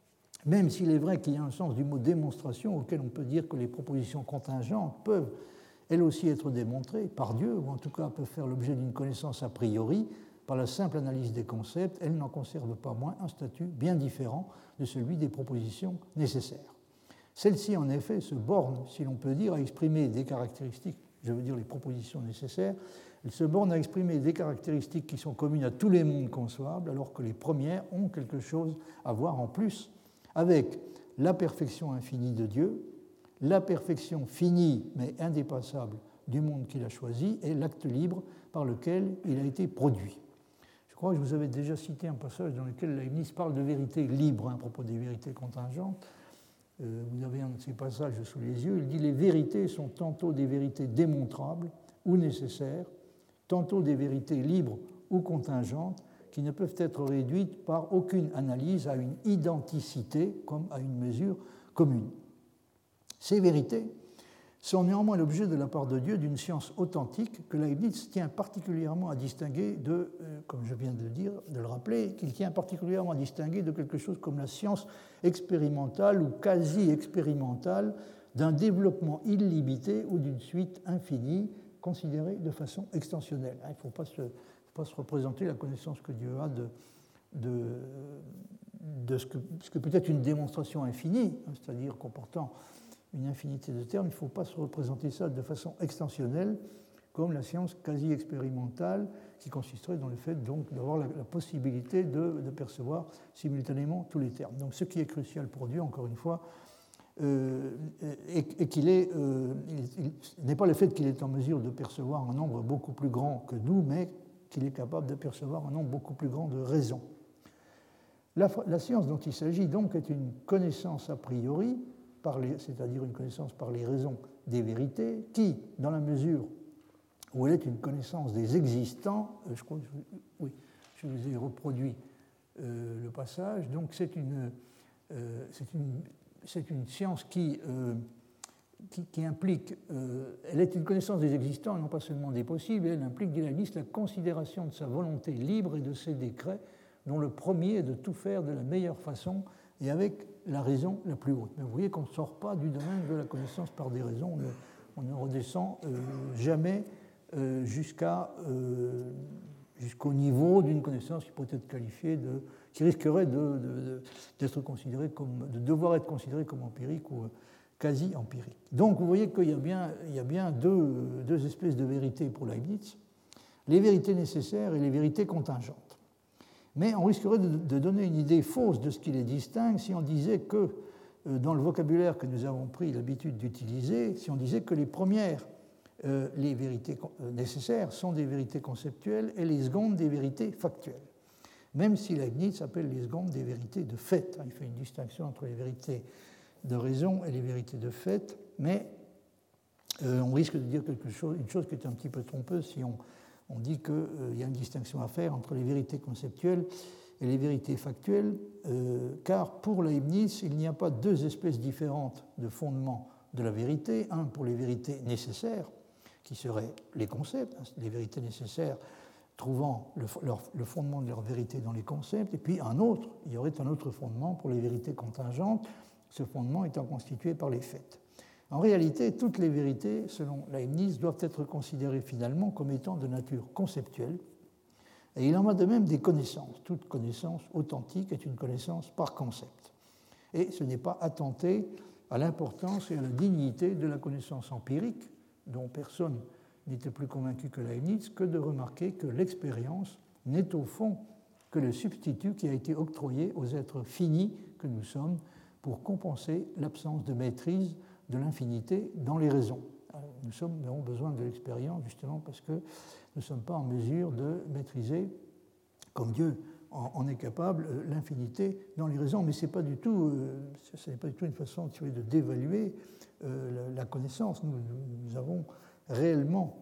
même s'il est vrai qu'il y a un sens du mot démonstration auquel on peut dire que les propositions contingentes peuvent, elles aussi, être démontrées par Dieu, ou en tout cas peuvent faire l'objet d'une connaissance a priori, par la simple analyse des concepts, elles n'en conservent pas moins un statut bien différent de celui des propositions nécessaires. Celles-ci, en effet, se bornent, si l'on peut dire, à exprimer des caractéristiques, je veux dire les propositions nécessaires, elles se bornent à exprimer des caractéristiques qui sont communes à tous les mondes concevables, alors que les premières ont quelque chose à voir en plus avec la perfection infinie de Dieu, la perfection finie mais indépassable du monde qu'il a choisi et l'acte libre par lequel il a été produit. Je crois que je vous avais déjà cité un passage dans lequel Leibniz parle de vérité libre hein, à propos des vérités contingentes. Euh, vous avez un de ces passages sous les yeux. Il dit « Les vérités sont tantôt des vérités démontrables ou nécessaires, tantôt des vérités libres ou contingentes qui ne peuvent être réduites par aucune analyse à une identité comme à une mesure commune. Ces vérités sont néanmoins l'objet de la part de Dieu d'une science authentique que Leibniz tient particulièrement à distinguer de, euh, comme je viens de le dire, de le rappeler, qu'il tient particulièrement à distinguer de quelque chose comme la science expérimentale ou quasi-expérimentale d'un développement illimité ou d'une suite infinie considérée de façon extensionnelle. Il ne faut pas se, faut pas se représenter la connaissance que Dieu a de, de, de ce que, ce que peut être une démonstration infinie, c'est-à-dire comportant une infinité de termes. Il ne faut pas se représenter ça de façon extensionnelle comme la science quasi-expérimentale qui consisterait dans le fait donc d'avoir la, la possibilité de, de percevoir simultanément tous les termes. Donc ce qui est crucial pour Dieu, encore une fois, Euh, et, et qu'il est, euh, il, il, n'est pas le fait qu'il est en mesure de percevoir un nombre beaucoup plus grand que nous, mais qu'il est capable de percevoir un nombre beaucoup plus grand de raisons. La, la science dont il s'agit donc est une connaissance a priori, c'est-à-dire une connaissance par les raisons des vérités, qui, dans la mesure où elle est une connaissance des existants, je crois que je, oui, je vous ai reproduit euh, le passage, donc c'est une, euh, c'est une C'est une science qui, euh, qui, qui implique, euh, elle est une connaissance des existants et non pas seulement des possibles, elle implique, dit Leibniz, la considération de sa volonté libre et de ses décrets, dont le premier est de tout faire de la meilleure façon et avec la raison la plus haute. Mais vous voyez qu'on ne sort pas du domaine de la connaissance par des raisons, on ne, on ne redescend euh, jamais euh, jusqu'à euh, jusqu'au niveau d'une connaissance qui pourrait être qualifiée de, qui risquerait de, de, de, d'être considérée comme, de devoir être considérée comme empirique ou quasi empirique. Donc vous voyez qu'il y a bien, il y a bien deux, deux espèces de vérités pour Leibniz, les vérités nécessaires et les vérités contingentes. Mais on risquerait de, de donner une idée fausse de ce qui les distingue si on disait que, euh, dans le vocabulaire que nous avons pris l'habitude d'utiliser, si on disait que les premières, euh, les vérités nécessaires, sont des vérités conceptuelles et les secondes des vérités factuelles. Même si Leibniz appelle les secondes des vérités de fait. Il fait une distinction entre les vérités de raison et les vérités de fait, mais euh, on risque de dire quelque chose, une chose qui est un petit peu trompeuse si on, on dit qu'il euh, y a une distinction à faire entre les vérités conceptuelles et les vérités factuelles, euh, car pour Leibniz, il n'y a pas deux espèces différentes de fondements de la vérité, un pour les vérités nécessaires, qui seraient les concepts, les vérités nécessaires trouvant le, leur, le fondement de leur vérité dans les concepts, et puis un autre, il y aurait un autre fondement pour les vérités contingentes, ce fondement étant constitué par les faits. En réalité, toutes les vérités, selon Leibniz, doivent être considérées finalement comme étant de nature conceptuelle, et il en va de même des connaissances. Toute connaissance authentique est une connaissance par concept. Et ce n'est pas attenter à l'importance et à la dignité de la connaissance empirique, dont personne n'était plus convaincu que Leibniz, que de remarquer que l'expérience n'est au fond que le substitut qui a été octroyé aux êtres finis que nous sommes pour compenser l'absence de maîtrise de l'infinité dans les raisons. Nous, sommes, nous avons besoin de l'expérience justement parce que nous ne sommes pas en mesure de maîtriser, comme Dieu en est capable, l'infinité dans les raisons. Mais ce n'est pas du tout, ce n'est pas du tout une façon de dévaluer la connaissance. Nous, nous avons réellement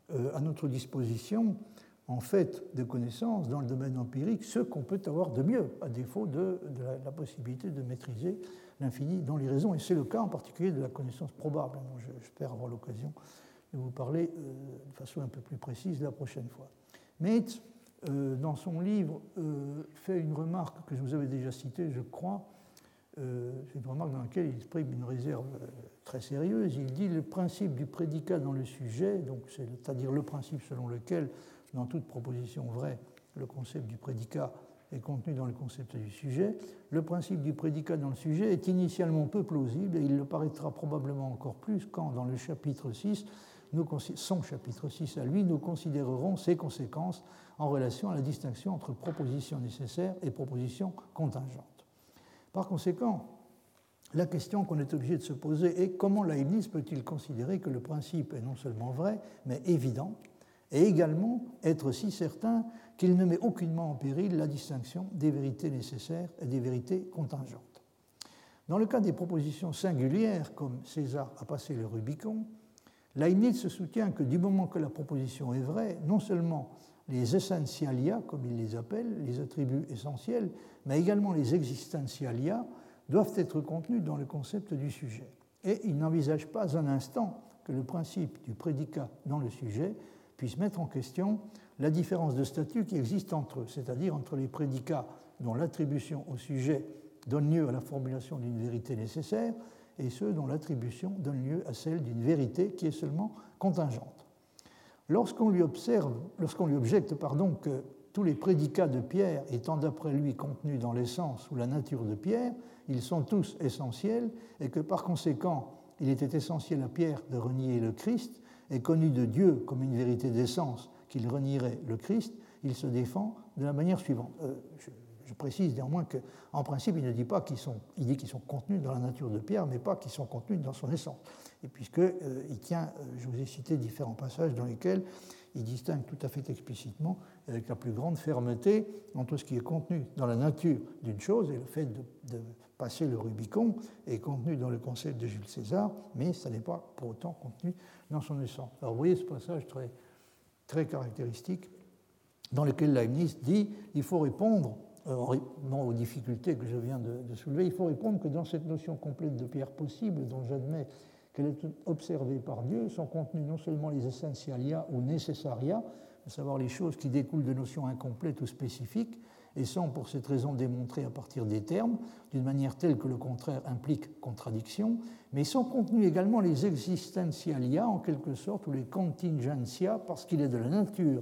à notre disposition, en fait, de connaissances dans le domaine empirique, ce qu'on peut avoir de mieux, à défaut de, de la, la possibilité de maîtriser l'infini dans les raisons. Et c'est le cas en particulier de la connaissance probable, dont j'espère avoir l'occasion de vous parler euh, de façon un peu plus précise la prochaine fois. Mates, euh, dans son livre, euh, fait une remarque que je vous avais déjà citée, je crois. Euh, c'est une remarque dans laquelle il exprime une réserve euh, très sérieuse. Il dit le principe du prédicat dans le sujet, donc c'est-à-dire le principe selon lequel, dans toute proposition vraie, le concept du prédicat est contenu dans le concept du sujet. Le principe du prédicat dans le sujet est initialement peu plausible et il le paraîtra probablement encore plus quand, dans le chapitre six, nous, son chapitre six à lui, nous considérerons ses conséquences en relation à la distinction entre proposition nécessaire et proposition contingente. Par conséquent, la question qu'on est obligé de se poser est comment Leibniz peut-il considérer que le principe est non seulement vrai, mais évident, et également être si certain qu'il ne met aucunement en péril la distinction des vérités nécessaires et des vérités contingentes. Dans le cas des propositions singulières, comme César a passé le Rubicon, Leibniz se soutient que du moment que la proposition est vraie, non seulement les essentialia, comme il les appelle, les attributs essentiels, mais également les existentialia, doivent être contenus dans le concept du sujet. Et il n'envisage pas un instant que le principe du prédicat dans le sujet puisse mettre en question la différence de statut qui existe entre eux, c'est-à-dire entre les prédicats dont l'attribution au sujet donne lieu à la formulation d'une vérité nécessaire et ceux dont l'attribution donne lieu à celle d'une vérité qui est seulement contingente. Lorsqu'on lui, observe, lorsqu'on lui objecte pardon, que tous les prédicats de Pierre étant d'après lui contenus dans l'essence ou la nature de Pierre, ils sont tous essentiels et que par conséquent, il était essentiel à Pierre de renier le Christ et connu de Dieu comme une vérité d'essence qu'il renierait le Christ, il se défend de la manière suivante. Euh, je, je précise néanmoins qu'en principe, il ne dit pas qu'ils sont, il dit qu'ils sont contenus dans la nature de Pierre, mais pas qu'ils sont contenus dans son essence. Et puisqu'il euh, tient, euh, je vous ai cité différents passages dans lesquels il distingue tout à fait explicitement, avec la plus grande fermeté, entre ce qui est contenu dans la nature d'une chose et le fait de, de passer le Rubicon est contenu dans le concept de Jules César, mais ça n'est pas pour autant contenu dans son essence. Alors vous voyez ce passage très, très caractéristique dans lequel Leibniz dit il faut répondre, euh, aux difficultés que je viens de, de soulever, il faut répondre que dans cette notion complète de Pierre possible, dont j'admets qu'elle est observée par Dieu, sont contenus non seulement les essentialia ou necessaria, à savoir les choses qui découlent de notions incomplètes ou spécifiques, et sont pour cette raison démontrées à partir des termes, d'une manière telle que le contraire implique contradiction, mais sont contenus également les existentialia, en quelque sorte, ou les contingentia, parce qu'il est de la nature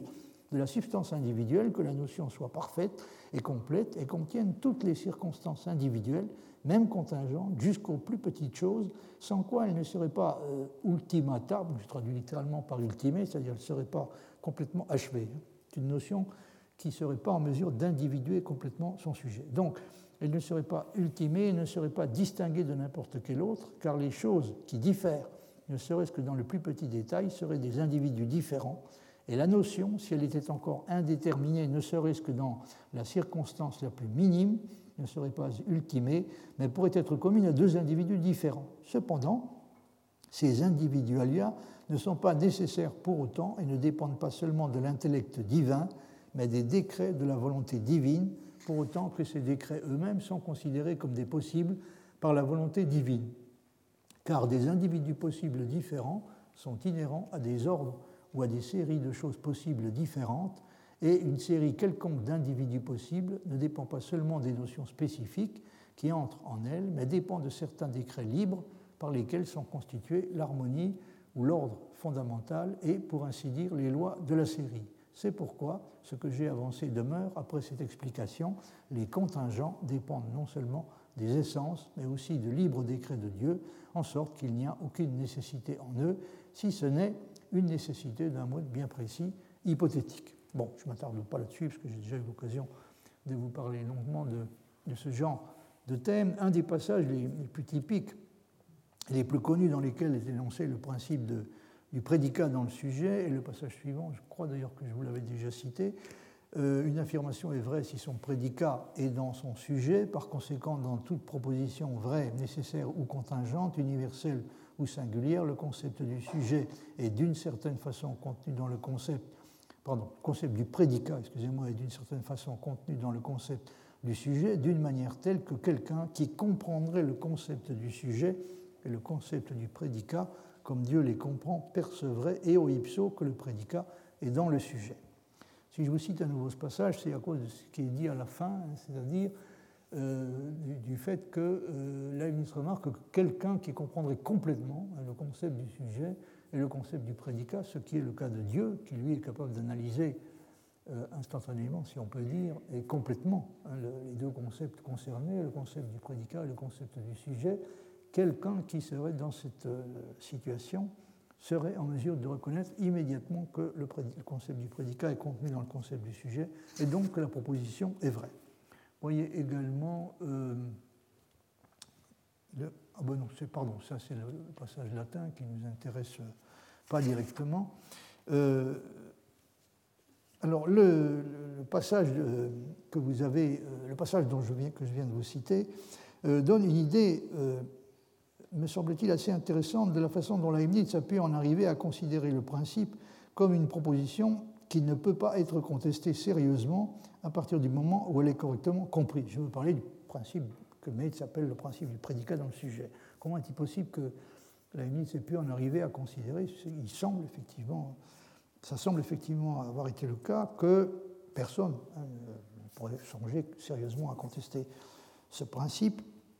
de la substance individuelle que la notion soit parfaite et complète et contienne toutes les circonstances individuelles, même contingentes, jusqu'aux plus petites choses, sans quoi elle ne serait pas euh, ultimata, je traduis littéralement par ultimée, c'est-à-dire qu'elle ne serait pas complètement achevée. C'est une notion qui ne serait pas en mesure d'individuer complètement son sujet. Donc, elle ne serait pas ultimée, elle ne serait pas distinguée de n'importe quelle autre, car les choses qui diffèrent, ne serait-ce que dans le plus petit détail, seraient des individus différents, et la notion, si elle était encore indéterminée, ne serait-ce que dans la circonstance la plus minime, ne serait pas ultimée, mais pourrait être commune à deux individus différents. Cependant, ces individualia ne sont pas nécessaires pour autant et ne dépendent pas seulement de l'intellect divin, mais des décrets de la volonté divine, pour autant que ces décrets eux-mêmes sont considérés comme des possibles par la volonté divine. Car des individus possibles différents sont inhérents à des ordres ou à des séries de choses possibles différentes, et une série quelconque d'individus possibles ne dépend pas seulement des notions spécifiques qui entrent en elles, mais dépend de certains décrets libres par lesquels sont constituées l'harmonie ou l'ordre fondamental et, pour ainsi dire, les lois de la série. C'est pourquoi ce que j'ai avancé demeure après cette explication. Les contingents dépendent non seulement des essences, mais aussi de libres décrets de Dieu, en sorte qu'il n'y a aucune nécessité en eux, si ce n'est une nécessité d'un mode bien précis, hypothétique. Bon, je ne m'attarde pas là-dessus, parce que j'ai déjà eu l'occasion de vous parler longuement de, de ce genre de thème. Un des passages les, les plus typiques, les plus connus dans lesquels est énoncé le principe de, du prédicat dans le sujet, est le passage suivant, je crois d'ailleurs que je vous l'avais déjà cité. Euh, une affirmation est vraie si son prédicat est dans son sujet, par conséquent, dans toute proposition vraie, nécessaire ou contingente, universelle ou singulière, le concept du sujet est d'une certaine façon contenu dans le concept, pardon, le concept du prédicat, excusez-moi, est d'une certaine façon contenu dans le concept du sujet, d'une manière telle que quelqu'un qui comprendrait le concept du sujet et le concept du prédicat, comme Dieu les comprend, percevrait eo ipso que le prédicat est dans le sujet. Si je vous cite à nouveau ce passage, c'est à cause de ce qui est dit à la fin, c'est-à-dire euh, du, du fait que euh, Leibniz remarque que quelqu'un qui comprendrait complètement hein, le concept du sujet et le concept du prédicat, ce qui est le cas de Dieu, qui lui est capable d'analyser euh, instantanément, si on peut dire, et complètement hein, le, les deux concepts concernés, le concept du prédicat et le concept du sujet, quelqu'un qui serait dans cette euh, situation serait en mesure de reconnaître immédiatement que le, le concept du prédicat est contenu dans le concept du sujet et donc que la proposition est vraie. Vous voyez également euh, le, ah ben non, c'est, pardon, ça c'est le, le passage latin qui ne nous intéresse pas directement. Euh, alors le, le passage de, que vous avez, le passage dont je viens, que je viens de vous citer euh, donne une idée euh, me semble-t-il assez intéressante de la façon dont Leibniz a pu en arriver à considérer le principe comme une proposition qui ne peut pas être contestée sérieusement à partir du moment où elle est correctement comprise. Je veux parler du principe que Meitz appelle le principe du prédicat dans le sujet. Comment est-il possible que Leibniz ait pu en arriver à considérer, il semble effectivement, ça semble effectivement avoir été le cas, que personne hein, ne pourrait songer sérieusement à contester ce principe,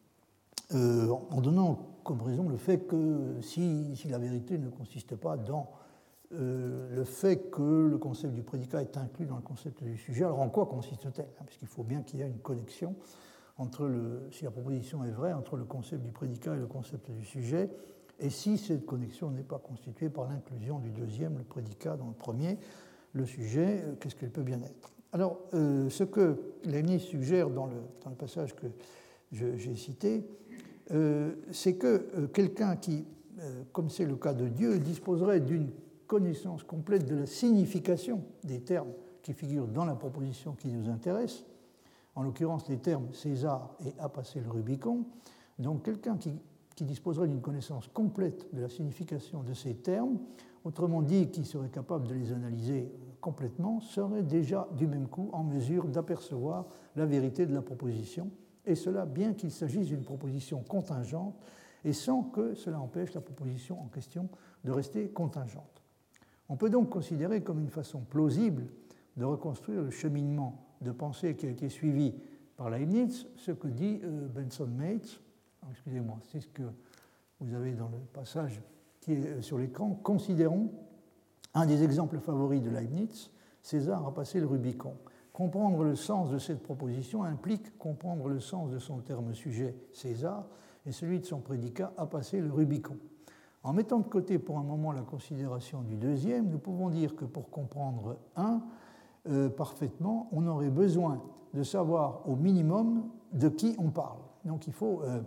Euh, en donnant comme raison le fait que si, si la vérité ne consiste pas dans euh, le fait que le concept du prédicat est inclus dans le concept du sujet, alors en quoi consiste-t-elle hein, parce qu'il faut bien qu'il y ait une connexion entre le, si la proposition est vraie, entre le concept du prédicat et le concept du sujet, et si cette connexion n'est pas constituée par l'inclusion du deuxième, le prédicat, dans le premier, le sujet, euh, qu'est-ce qu'elle peut bien être? Alors, euh, ce que Leibniz suggère dans le, dans le passage que je, j'ai cité, Euh, c'est que euh, quelqu'un qui, euh, comme c'est le cas de Dieu, disposerait d'une connaissance complète de la signification des termes qui figurent dans la proposition qui nous intéresse, en l'occurrence les termes César et a passé le Rubicon, donc quelqu'un qui, qui disposerait d'une connaissance complète de la signification de ces termes, autrement dit qui serait capable de les analyser complètement, serait déjà du même coup en mesure d'apercevoir la vérité de la proposition, et cela bien qu'il s'agisse d'une proposition contingente et sans que cela empêche la proposition en question de rester contingente. On peut donc considérer comme une façon plausible de reconstruire le cheminement de pensée qui a été suivi par Leibniz, ce que dit euh, Benson-Mates, excusez-moi, c'est ce que vous avez dans le passage qui est sur l'écran. Considérons un des exemples favoris de Leibniz, César a passé le Rubicon. Comprendre le sens de cette proposition implique comprendre le sens de son terme sujet, César, et celui de son prédicat a passé le Rubicon. En mettant de côté pour un moment la considération du deuxième, nous pouvons dire que pour comprendre un euh, parfaitement, on aurait besoin de savoir au minimum de qui on parle. Donc il faut, euh,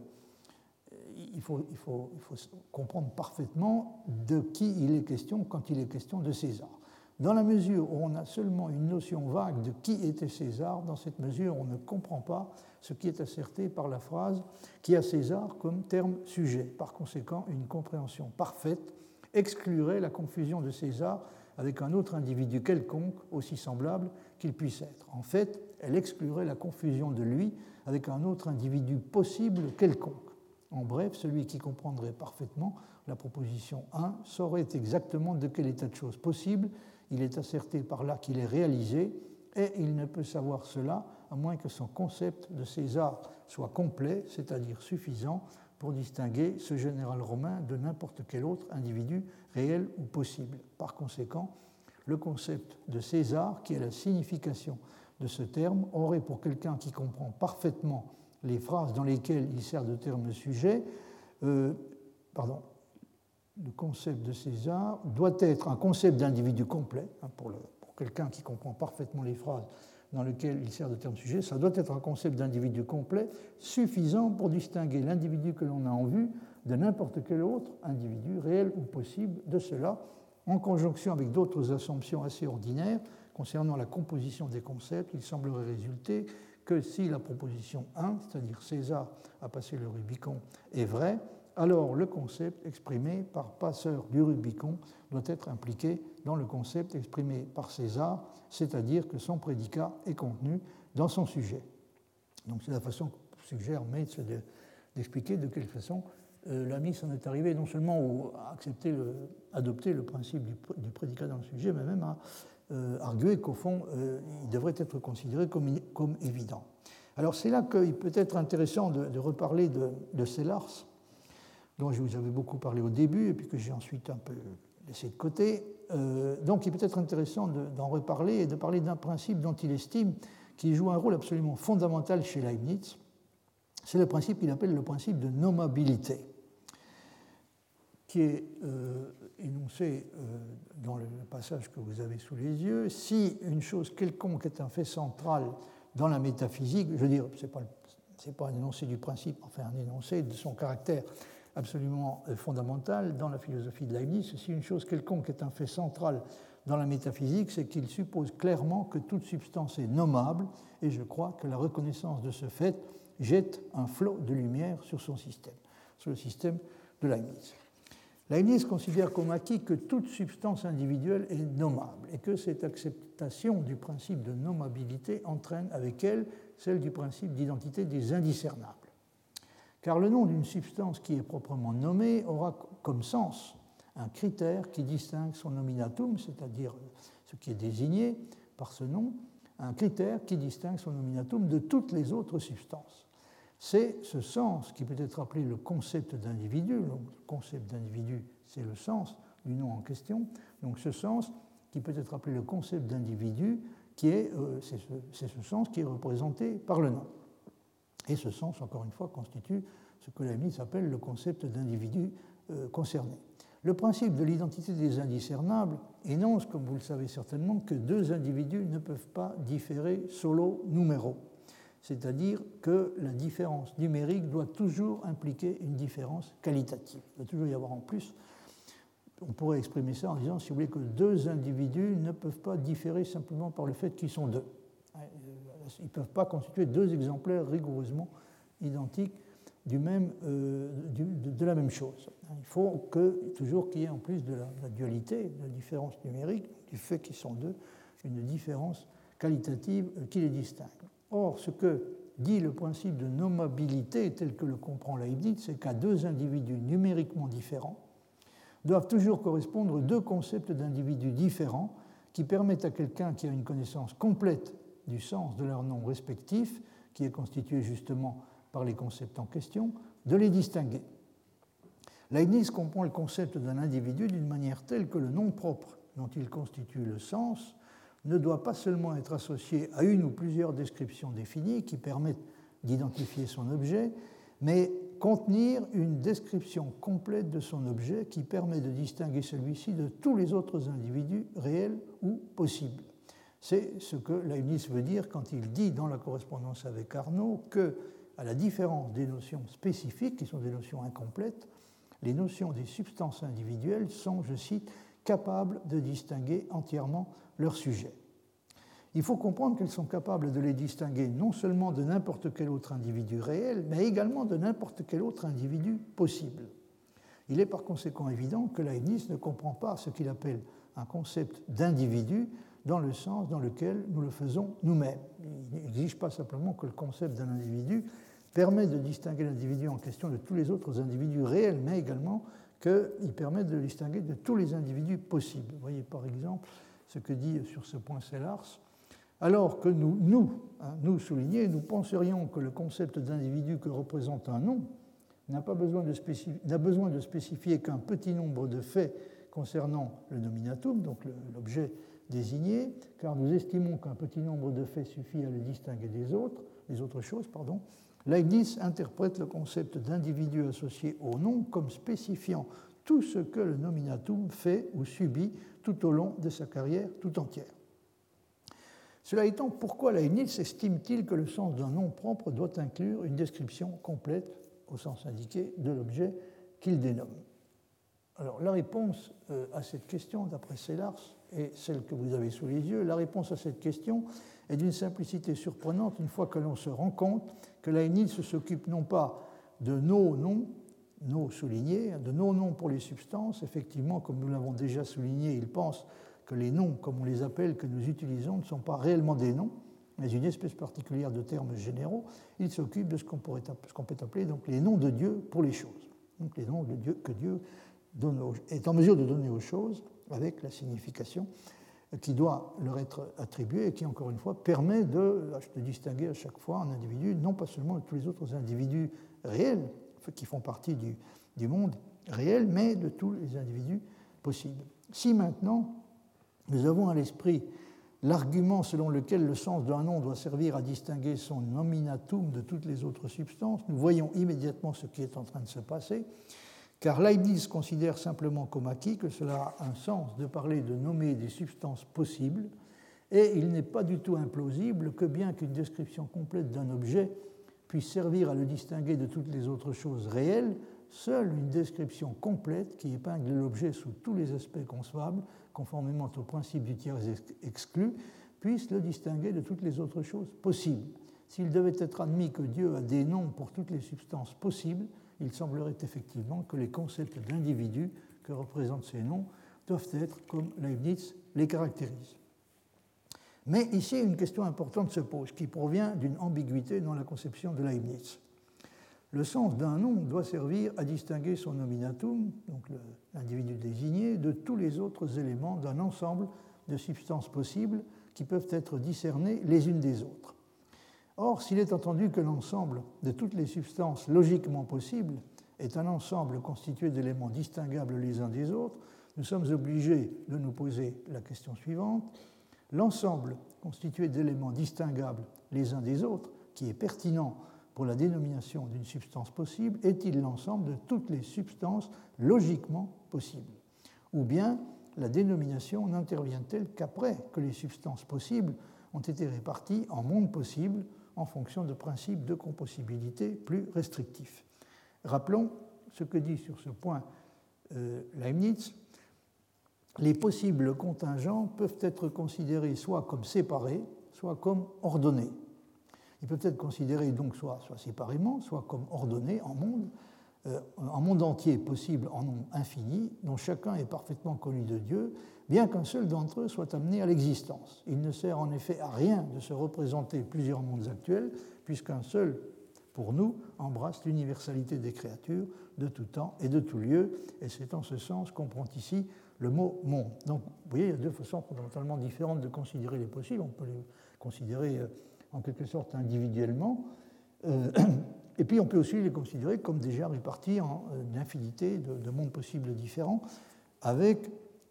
il faut, il faut, il faut comprendre parfaitement de qui il est question quand il est question de César. Dans la mesure où on a seulement une notion vague de qui était César, dans cette mesure, on ne comprend pas ce qui est asserté par la phrase qui a César comme terme sujet. Par conséquent, une compréhension parfaite exclurait la confusion de César avec un autre individu quelconque, aussi semblable qu'il puisse être. En fait, elle exclurait la confusion de lui avec un autre individu possible quelconque. En bref, celui qui comprendrait parfaitement la proposition un saurait exactement de quel état de choses possible il est asserté par là qu'il est réalisé, et il ne peut savoir cela à moins que son concept de César soit complet, c'est-à-dire suffisant pour distinguer ce général romain de n'importe quel autre individu réel ou possible. Par conséquent, le concept de César, qui est la signification de ce terme, aurait pour quelqu'un qui comprend parfaitement les phrases dans lesquelles il sert de terme sujet, euh, pardon, le concept de César doit être un concept d'individu complet, hein, pour, le, pour quelqu'un qui comprend parfaitement les phrases dans lesquelles il sert de terme sujet, ça doit être un concept d'individu complet suffisant pour distinguer l'individu que l'on a en vue de n'importe quel autre individu réel ou possible de cela, en conjonction avec d'autres assumptions assez ordinaires concernant la composition des concepts. Il semblerait résulter que si la proposition un, c'est-à-dire César a passé le Rubicon, est vraie, alors le concept exprimé par passeur du Rubicon doit être impliqué dans le concept exprimé par César, c'est-à-dire que son prédicat est contenu dans son sujet. Donc c'est la façon que suggère Mates d'expliquer de quelle façon euh, l'ami s'en est arrivé non seulement à accepter le, adopter le principe du, du prédicat dans le sujet, mais même à euh, arguer qu'au fond, euh, il devrait être considéré comme, comme évident. Alors c'est là qu'il peut être intéressant de, de reparler de, de Célars, dont je vous avais beaucoup parlé au début et puis que j'ai ensuite un peu laissé de côté. Euh, donc il peut être intéressant de, d'en reparler et de parler d'un principe dont il estime qu'il joue un rôle absolument fondamental chez Leibniz. C'est le principe qu'il appelle le principe de nommabilité, qui est euh, énoncé euh, dans le passage que vous avez sous les yeux. Si une chose quelconque est un fait central dans la métaphysique, je veux dire, ce n'est pas, c'est pas un énoncé du principe, enfin un énoncé de son caractère absolument fondamental dans la philosophie de Leibniz. Si une chose quelconque est un fait central dans la métaphysique, c'est qu'il suppose clairement que toute substance est nommable, et je crois que la reconnaissance de ce fait jette un flot de lumière sur son système, sur le système de Leibniz. Leibniz considère comme acquis que toute substance individuelle est nommable, et que cette acceptation du principe de nommabilité entraîne avec elle celle du principe d'identité des indiscernables. Car le nom d'une substance qui est proprement nommée aura comme sens un critère qui distingue son nominatum, c'est-à-dire ce qui est désigné par ce nom, un critère qui distingue son nominatum de toutes les autres substances. C'est ce sens qui peut être appelé le concept d'individu. Le concept d'individu, c'est le sens du nom en question. Donc ce sens qui peut être appelé le concept d'individu, qui est, euh, c'est, ce, c'est ce sens qui est représenté par le nom. Et ce sens, encore une fois, constitue ce que Leibniz appelle le concept d'individu euh, concerné. Le principe de l'identité des indiscernables énonce, comme vous le savez certainement, que deux individus ne peuvent pas différer solo numero, c'est-à-dire que la différence numérique doit toujours impliquer une différence qualitative. Il doit toujours y avoir en plus, on pourrait exprimer ça en disant, si vous voulez, que deux individus ne peuvent pas différer simplement par le fait qu'ils sont deux. Ils ne peuvent pas constituer deux exemplaires rigoureusement identiques du même, euh, du, de, de la même chose. Il faut que, toujours qu'il y ait en plus de la, de la dualité, de la différence numérique, du fait qu'ils sont deux, une différence qualitative qui les distingue. Or, ce que dit le principe de nommabilité tel que le comprend Leibniz, c'est qu'à deux individus numériquement différents doivent toujours correspondre deux concepts d'individus différents qui permettent à quelqu'un qui a une connaissance complète du sens de leurs noms respectifs, qui est constitué justement par les concepts en question, de les distinguer. Leibniz comprend le concept d'un individu d'une manière telle que le nom propre dont il constitue le sens ne doit pas seulement être associé à une ou plusieurs descriptions définies qui permettent d'identifier son objet, mais contenir une description complète de son objet qui permet de distinguer celui-ci de tous les autres individus réels ou possibles. C'est ce que Leibniz veut dire quand il dit dans la correspondance avec Arnaud que, à la différence des notions spécifiques, qui sont des notions incomplètes, les notions des substances individuelles sont, je cite, capables de distinguer entièrement leur sujet. Il faut comprendre qu'elles sont capables de les distinguer non seulement de n'importe quel autre individu réel, mais également de n'importe quel autre individu possible. Il est par conséquent évident que Leibniz ne comprend pas ce qu'il appelle un concept d'individu dans le sens dans lequel nous le faisons nous-mêmes. Il n'exige pas simplement que le concept d'un individu permet de distinguer l'individu en question de tous les autres individus réels, mais également qu'il permet de le distinguer de tous les individus possibles. Vous voyez par exemple ce que dit sur ce point Sellars. Alors que nous, nous, hein, nous soulignés, nous penserions que le concept d'individu que représente un nom n'a pas besoin de spécifier, n'a besoin de spécifier qu'un petit nombre de faits concernant le nominatum, donc l'objet désigné, car nous estimons qu'un petit nombre de faits suffit à le distinguer des autres, des autres choses, pardon. Leibniz interprète le concept d'individu associé au nom comme spécifiant tout ce que le nominatum fait ou subit tout au long de sa carrière tout entière. Cela étant, pourquoi Leibniz estime-t-il que le sens d'un nom propre doit inclure une description complète, au sens indiqué, de l'objet qu'il dénomme? Alors, la réponse à cette question, d'après Sellars, est celle que vous avez sous les yeux. La réponse à cette question est d'une simplicité surprenante une fois que l'on se rend compte que Leibniz s'occupe non pas de nos noms, nos soulignés, de nos noms pour les substances. Effectivement, comme nous l'avons déjà souligné, il pense que les noms, comme on les appelle, que nous utilisons, ne sont pas réellement des noms, mais une espèce particulière de termes généraux. Il s'occupe de ce qu'on pourrait, ce qu'on peut appeler donc les noms de Dieu pour les choses. Donc les noms de Dieu que Dieu donne aux, est en mesure de donner aux choses avec la signification qui doit leur être attribuée et qui, encore une fois, permet de, de distinguer à chaque fois un individu, non pas seulement de tous les autres individus réels qui font partie du, du monde réel, mais de tous les individus possibles. Si maintenant nous avons à l'esprit l'argument selon lequel le sens d'un nom doit servir à distinguer son nominatum de toutes les autres substances, nous voyons immédiatement ce qui est en train de se passer, car Leibniz considère simplement comme acquis que cela a un sens de parler de nommer des substances possibles, et il n'est pas du tout implausible que bien qu'une description complète d'un objet puisse servir à le distinguer de toutes les autres choses réelles, seule une description complète qui épingle l'objet sous tous les aspects concevables, conformément au principe du tiers exclu, puisse le distinguer de toutes les autres choses possibles. S'il devait être admis que Dieu a des noms pour toutes les substances possibles, il semblerait effectivement que les concepts d'individus que représentent ces noms doivent être comme Leibniz les caractérise. Mais ici, une question importante se pose, qui provient d'une ambiguïté dans la conception de Leibniz. Le sens d'un nom doit servir à distinguer son nominatum, donc l'individu désigné, de tous les autres éléments d'un ensemble de substances possibles qui peuvent être discernées les unes des autres. Or, s'il est entendu que l'ensemble de toutes les substances logiquement possibles est un ensemble constitué d'éléments distinguables les uns des autres, nous sommes obligés de nous poser la question suivante. L'ensemble constitué d'éléments distinguables les uns des autres, qui est pertinent pour la dénomination d'une substance possible, est-il l'ensemble de toutes les substances logiquement possibles? Ou bien la dénomination n'intervient-elle qu'après que les substances possibles ont été réparties en mondes possibles en fonction de principes de compossibilité plus restrictifs? Rappelons ce que dit sur ce point euh, Leibniz. Les possibles contingents peuvent être considérés soit comme séparés, soit comme ordonnés. Ils peuvent être considérés donc soit, soit séparément, soit comme ordonnés en monde, euh, en monde entier possible en nombre infini, dont chacun est parfaitement connu de Dieu, bien qu'un seul d'entre eux soit amené à l'existence. Il ne sert en effet à rien de se représenter plusieurs mondes actuels, puisqu'un seul, pour nous, embrasse l'universalité des créatures de tout temps et de tout lieu, et c'est en ce sens qu'on prend ici le mot « monde ». Donc, vous voyez, il y a deux façons fondamentalement différentes de considérer les possibles. On peut les considérer en quelque sorte individuellement, euh, et puis on peut aussi les considérer comme déjà répartis en une infinité de, de mondes possibles différents, avec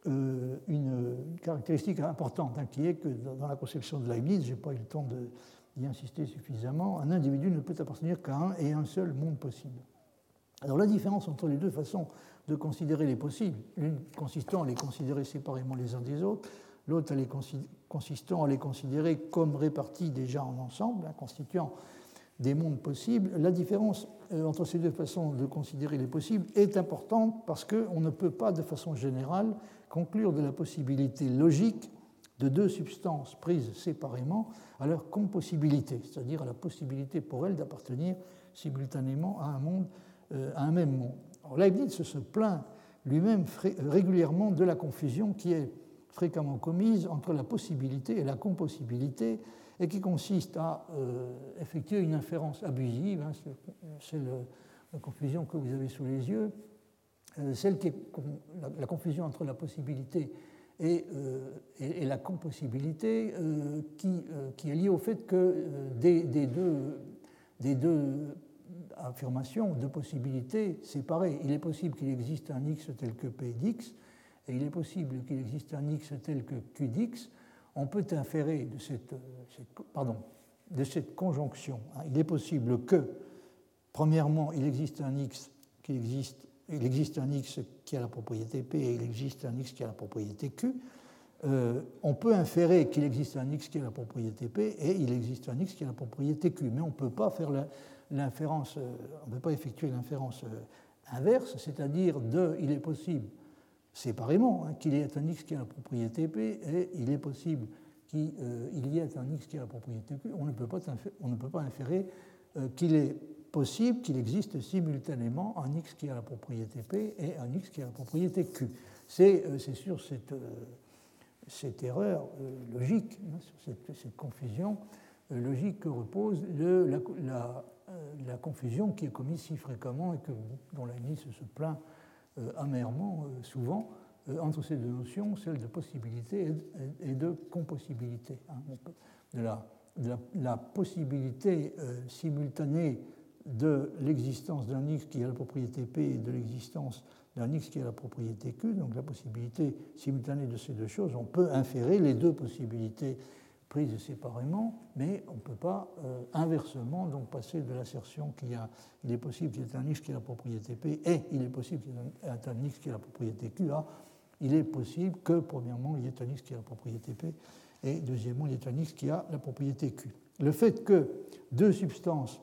euh, une caractéristique importante, hein, qui est que dans la conception de Leibniz, je n'ai pas eu le temps d'y insister suffisamment, un individu ne peut appartenir qu'à un et un seul monde possible. Alors la différence entre les deux façons de considérer les possibles, l'une consistant à les considérer séparément les uns des autres, l'autre consistant à les considérer comme répartis déjà en ensemble, hein, constituant des mondes possibles, la différence entre ces deux façons de considérer les possibles est importante parce qu'on ne peut pas de façon générale conclure de la possibilité logique de deux substances prises séparément à leur compossibilité, c'est-à-dire à la possibilité pour elles d'appartenir simultanément à un monde, euh, à un même monde. Alors, Leibniz se plaint lui-même régulièrement de la confusion qui est fréquemment commise entre la possibilité et la compossibilité et qui consiste à euh, effectuer une inférence abusive, hein, c'est la confusion que vous avez sous les yeux, euh, celle qui est la, la confusion entre la possibilité et, euh, et, et la compossibilité euh, qui, euh, qui est liée au fait que euh, des, des, deux, des deux affirmations, deux possibilités séparées, il est possible qu'il existe un x tel que p d'x et il est possible qu'il existe un x tel que q d'x. On peut inférer de cette, cette, pardon, de cette conjonction, hein, il est possible que, premièrement, il existe un x qui existe, il existe un x qui a la propriété p et il existe un x qui a la propriété q. Euh, on peut inférer qu'il existe un x qui a la propriété p et il existe un x qui a la propriété q, mais on ne peut pas faire l'inférence, on ne peut pas effectuer l'inférence inverse, c'est-à-dire de, il est possible séparément, hein, qu'il y ait un x qui a la propriété p et il est possible qu'il euh, y ait un x qui a la propriété q. On ne peut pas, on ne peut pas inférer euh, qu'il est possible qu'il existe simultanément un x qui a la propriété p et un x qui a la propriété q. C'est euh, sur cette, euh, cette erreur euh, logique, hein, sur cette, cette confusion euh, logique que repose le, la, la, euh, la confusion qui est commise si fréquemment et que, dont Leibniz se plaint Euh, amèrement, euh, souvent, euh, entre ces deux notions, celle de possibilité et, et de compossibilité. Hein, de la, de la, la possibilité euh, simultanée de l'existence d'un x qui a la propriété p et de l'existence d'un x qui a la propriété q, donc la possibilité simultanée de ces deux choses, on peut inférer les deux possibilités prises séparément, mais on ne peut pas euh, inversement donc passer de l'assertion qu'il il est possible qu'il y ait un x qui a la propriété p et il est possible qu'il y ait un x qui a la propriété q à il est possible que, premièrement, il y ait un x qui a la propriété p et, deuxièmement, il y ait un x qui a la propriété q. Le fait que deux substances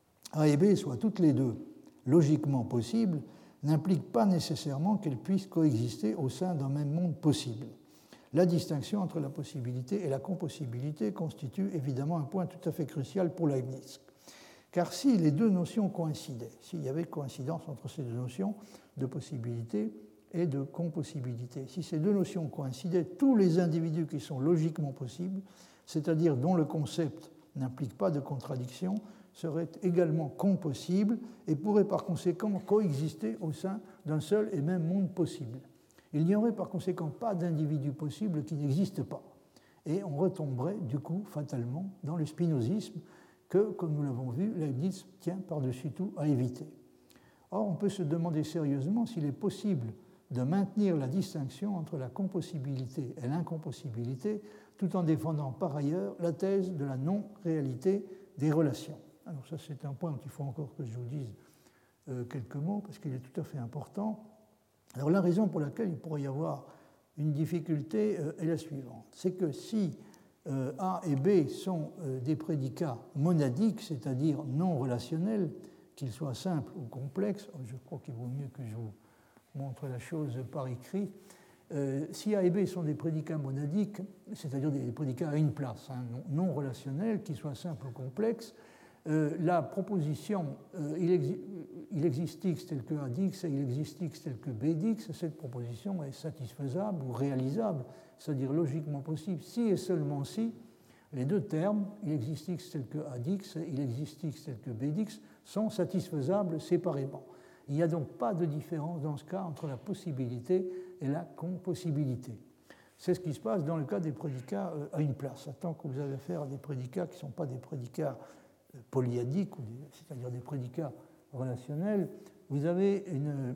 A et B soient toutes les deux logiquement possibles n'implique pas nécessairement qu'elles puissent coexister au sein d'un même monde possible. La distinction entre la possibilité et la compossibilité constitue évidemment un point tout à fait crucial pour Leibniz. Car si les deux notions coïncidaient, s'il y avait coïncidence entre ces deux notions de possibilité et de compossibilité, si ces deux notions coïncidaient, tous les individus qui sont logiquement possibles, c'est-à-dire dont le concept n'implique pas de contradiction, seraient également compossibles et pourraient par conséquent coexister au sein d'un seul et même monde possible. Il n'y aurait par conséquent pas d'individu possible qui n'existe pas. Et on retomberait du coup fatalement dans le spinozisme que, comme nous l'avons vu, Leibniz tient par-dessus tout à éviter. Or, on peut se demander sérieusement s'il est possible de maintenir la distinction entre la compossibilité et l'incompossibilité tout en défendant par ailleurs la thèse de la non-réalité des relations. Alors ça, c'est un point dont il faut encore que je vous dise euh, quelques mots parce qu'il est tout à fait important. Alors la raison pour laquelle il pourrait y avoir une difficulté euh, est la suivante. C'est que si euh, A et B sont euh, des prédicats monadiques, c'est-à-dire non relationnels, qu'ils soient simples ou complexes, je crois qu'il vaut mieux que je vous montre la chose par écrit, euh, si A et B sont des prédicats monadiques, c'est-à-dire des prédicats à une place, hein, non, non relationnels, qu'ils soient simples ou complexes, Euh, la proposition euh, il, exi il existe x tel que A d'x et il existe x tel que B d'x, cette proposition est satisfaisable ou réalisable, c'est-à-dire logiquement possible, si et seulement si les deux termes, il existe x tel que A d'x et il existe x tel que B d'x, sont satisfaisables séparément. Il n'y a donc pas de différence dans ce cas entre la possibilité et la compossibilité. C'est ce qui se passe dans le cas des prédicats à une place. Tant que vous avez affaire à des prédicats qui ne sont pas des prédicats polyadiques, c'est-à-dire des prédicats relationnels, vous avez une,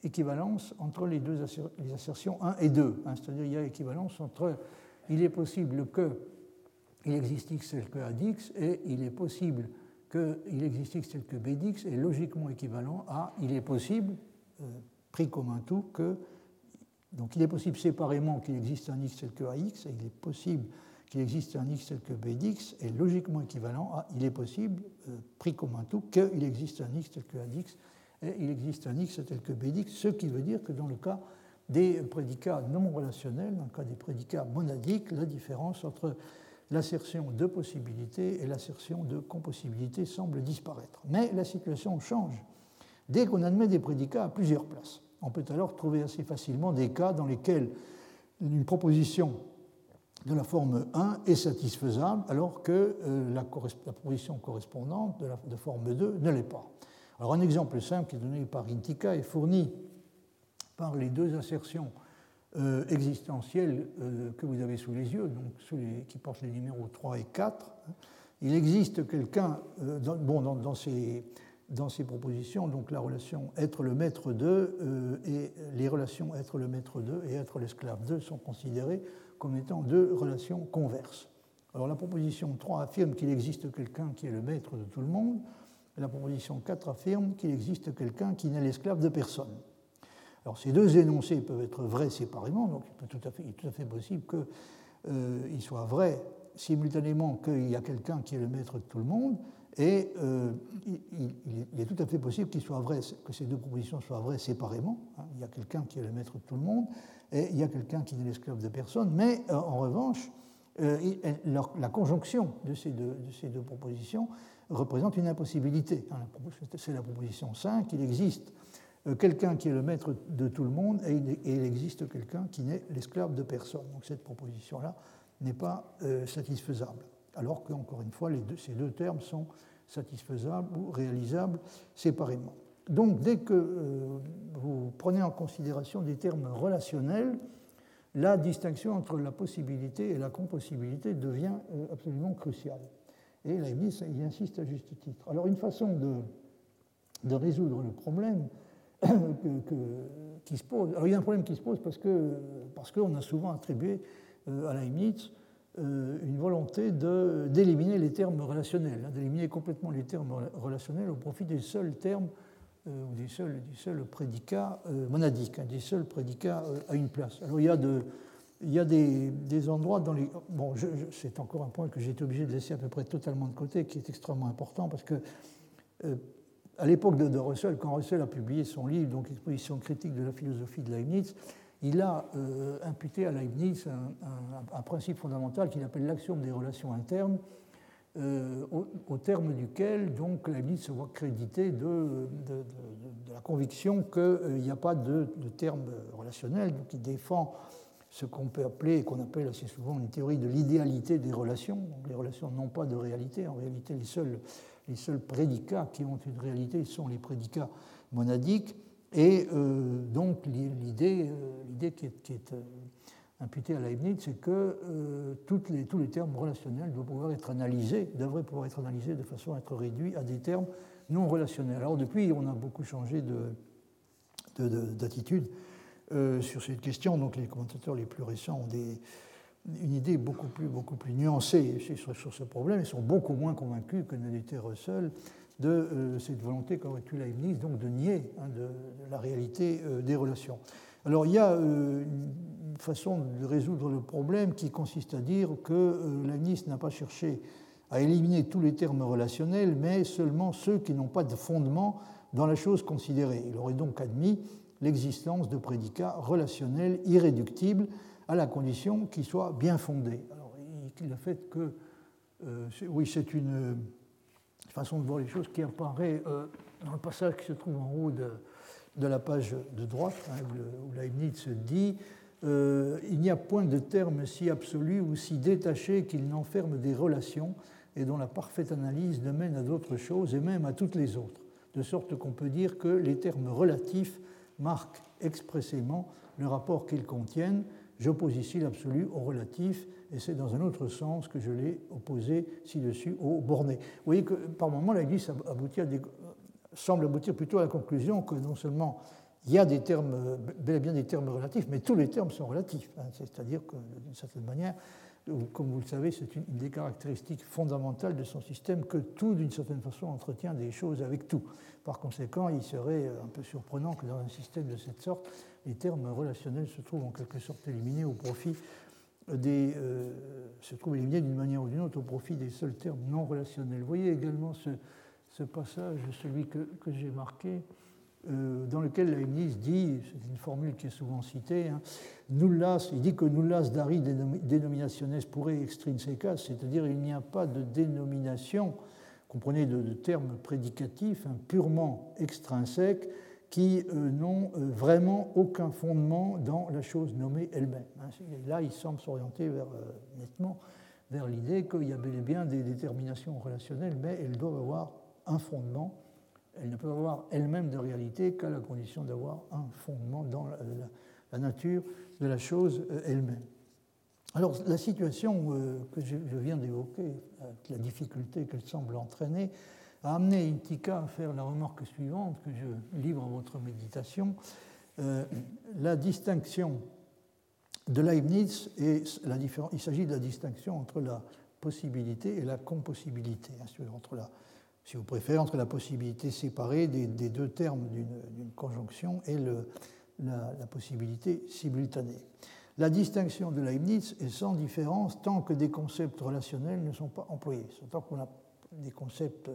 équivalence entre les deux asser les assertions un et deux. Hein, c'est-à-dire qu'il y a équivalence entre il est possible qu'il existe x tel que a d'x et il est possible qu'il existe x tel que b d'x est logiquement équivalent à il est possible, euh, pris comme un tout, que donc il est possible séparément qu'il existe un x tel que ax et il est possible qu'il existe un x tel que b d'x est logiquement équivalent à il est possible, euh, pris comme un tout, qu'il existe un x tel que a d'x et il existe un x tel que b d'x, ce qui veut dire que dans le cas des prédicats non relationnels, dans le cas des prédicats monadiques, la différence entre l'assertion de possibilité et l'assertion de compossibilité semble disparaître. Mais la situation change dès qu'on admet des prédicats à plusieurs places. On peut alors trouver assez facilement des cas dans lesquels une proposition de la forme un est satisfaisable alors que euh, la, la proposition correspondante de la de forme deux ne l'est pas. Alors un exemple simple qui est donné par Intica est fourni par les deux assertions euh, existentielles euh, que vous avez sous les yeux, donc sous les, qui portent les numéros trois et quatre. Il existe quelqu'un, euh, dans, bon, dans, dans, ces, dans ces propositions, donc la relation être le maître de euh, et les relations être le maître de et être l'esclave de sont considérées comme étant deux relations converses. Alors la proposition trois affirme qu'il existe quelqu'un qui est le maître de tout le monde, et la proposition quatre affirme qu'il existe quelqu'un qui n'est l'esclave de personne. Alors ces deux énoncés peuvent être vrais séparément, donc il, peut tout à fait, il est tout à fait possible qu'ils euh, soient vrais simultanément qu'il y a quelqu'un qui est le maître de tout le monde, et euh, il, il, il est tout à fait possible qu'il soit vrai, que ces deux propositions soient vraies séparément. Hein. Il y a quelqu'un qui est le maître de tout le monde, et il y a quelqu'un qui n'est l'esclave de personne, mais euh, en revanche, euh, il, leur, la conjonction de ces, deux, de ces deux propositions représente une impossibilité. Hein. C'est la proposition cinq, il existe quelqu'un qui est le maître de tout le monde et il existe quelqu'un qui n'est l'esclave de personne. Donc cette proposition-là n'est pas euh, satisfaisable, alors qu'encore une fois, les deux, ces deux termes sont satisfaisables ou réalisables séparément. Donc dès que euh, vous prenez en considération des termes relationnels, la distinction entre la possibilité et la compossibilité devient euh, absolument cruciale. Et Leibniz il insiste à juste titre. Alors une façon de, de résoudre le problème Que, que, qui se pose. Alors il y a un problème qui se pose parce que parce qu'on a souvent attribué euh, à Leibniz euh, une volonté de, d'éliminer les termes relationnels, hein, d'éliminer complètement les termes relationnels au profit des seuls termes euh, ou des seuls, des seuls prédicats euh, monadiques, hein, des seuls prédicats euh, à une place. Alors il y a, de, il y a des, des endroits dans les... Bon, je, je, c'est encore un point que j'ai été obligé de laisser à peu près totalement de côté, qui est extrêmement important parce que euh, à l'époque de, de Russell, quand Russell a publié son livre, donc Exposition critique de la philosophie de Leibniz, il a euh, imputé à Leibniz un, un, un principe fondamental qu'il appelle l'axiome des relations internes, euh, au, au terme duquel donc, Leibniz se voit crédité de, de, de, de la conviction qu'il euh, n'y a pas de, de termes relationnels, donc il défend ce qu'on peut appeler, et qu'on appelle assez souvent une théorie de l'idéalité des relations. Donc, les relations n'ont pas de réalité, en réalité les seuls, les seuls prédicats qui ont une réalité sont les prédicats monadiques, et euh, donc l'idée, euh, l'idée qui est, qui est euh, imputée à Leibniz, c'est que euh, toutes les, tous les termes relationnels doivent pouvoir être analysés, devraient pouvoir être analysés de façon à être réduits à des termes non relationnels. Alors depuis, on a beaucoup changé de, de, de, d'attitude Euh, sur cette question. Donc les commentateurs les plus récents ont des, une idée beaucoup plus, beaucoup plus nuancée sur, sur ce problème et sont beaucoup moins convaincus que ne l'était Russell de euh, cette volonté qu'aurait eu Leibniz donc de nier hein, de, de la réalité euh, des relations. Alors il y a euh, une façon de résoudre le problème qui consiste à dire que euh, Leibniz n'a pas cherché à éliminer tous les termes relationnels, mais seulement ceux qui n'ont pas de fondement dans la chose considérée. Il aurait donc admis l'existence de prédicats relationnels irréductibles à la condition qu'ils soient bien fondés. Alors, le fait que, euh, c'est, oui, c'est une façon de voir les choses qui apparaît euh, dans le passage qui se trouve en haut de, de la page de droite, hein, où, où Leibniz dit euh, « Il n'y a point de terme si absolu ou si détaché qu'il n'enferme des relations et dont la parfaite analyse ne mène à d'autres choses et même à toutes les autres, de sorte qu'on peut dire que les termes relatifs marquent expressément le rapport qu'ils contiennent. J'oppose ici l'absolu au relatif, et c'est dans un autre sens que je l'ai opposé ci-dessus au borné. Vous voyez que par moments, Leibniz aboutit à des, semble aboutir plutôt à la conclusion que non seulement il y a des termes, bel et bien des termes relatifs, mais tous les termes sont relatifs. Hein, c'est-à-dire que, d'une certaine manière, comme vous le savez, c'est une des caractéristiques fondamentales de son système que tout, d'une certaine façon, entretient des choses avec tout. Par conséquent, il serait un peu surprenant que dans un système de cette sorte, les termes relationnels se trouvent en quelque sorte éliminés au profit des, euh, se trouvent éliminés d'une manière ou d'une autre au profit des seuls termes non relationnels. Vous voyez également ce, ce passage, celui que, que j'ai marqué, Euh, dans lequel Leibniz dit, c'est une formule qui est souvent citée, hein, nullas, il dit que nullas dari denominationes pure extrinsecas, c'est-à-dire il n'y a pas de dénomination, comprenez, de, de termes prédicatifs hein, purement extrinsèques qui euh, n'ont euh, vraiment aucun fondement dans la chose nommée elle-même. Hein. Là, il semble s'orienter vers, euh, nettement vers l'idée qu'il y a bel et bien des déterminations relationnelles, mais elles doivent avoir un fondement. Elles ne peuvent avoir elles-mêmes de réalité qu'à la condition d'avoir un fondement dans la, la, la nature de la chose elle-même. Alors, la situation euh, que je, je viens d'évoquer, avec la difficulté qu'elle semble entraîner, a amené Intika à faire la remarque suivante, que je livre à votre méditation. Euh, la distinction de Leibniz, et la différence, il s'agit de la distinction entre la possibilité et la compossibilité, hein, entre la si vous préférez, entre la possibilité séparée des, des deux termes d'une conjonction et le, la, la possibilité simultanée. La distinction de Leibniz est sans différence tant que des concepts relationnels ne sont pas employés, tant qu'on a des concepts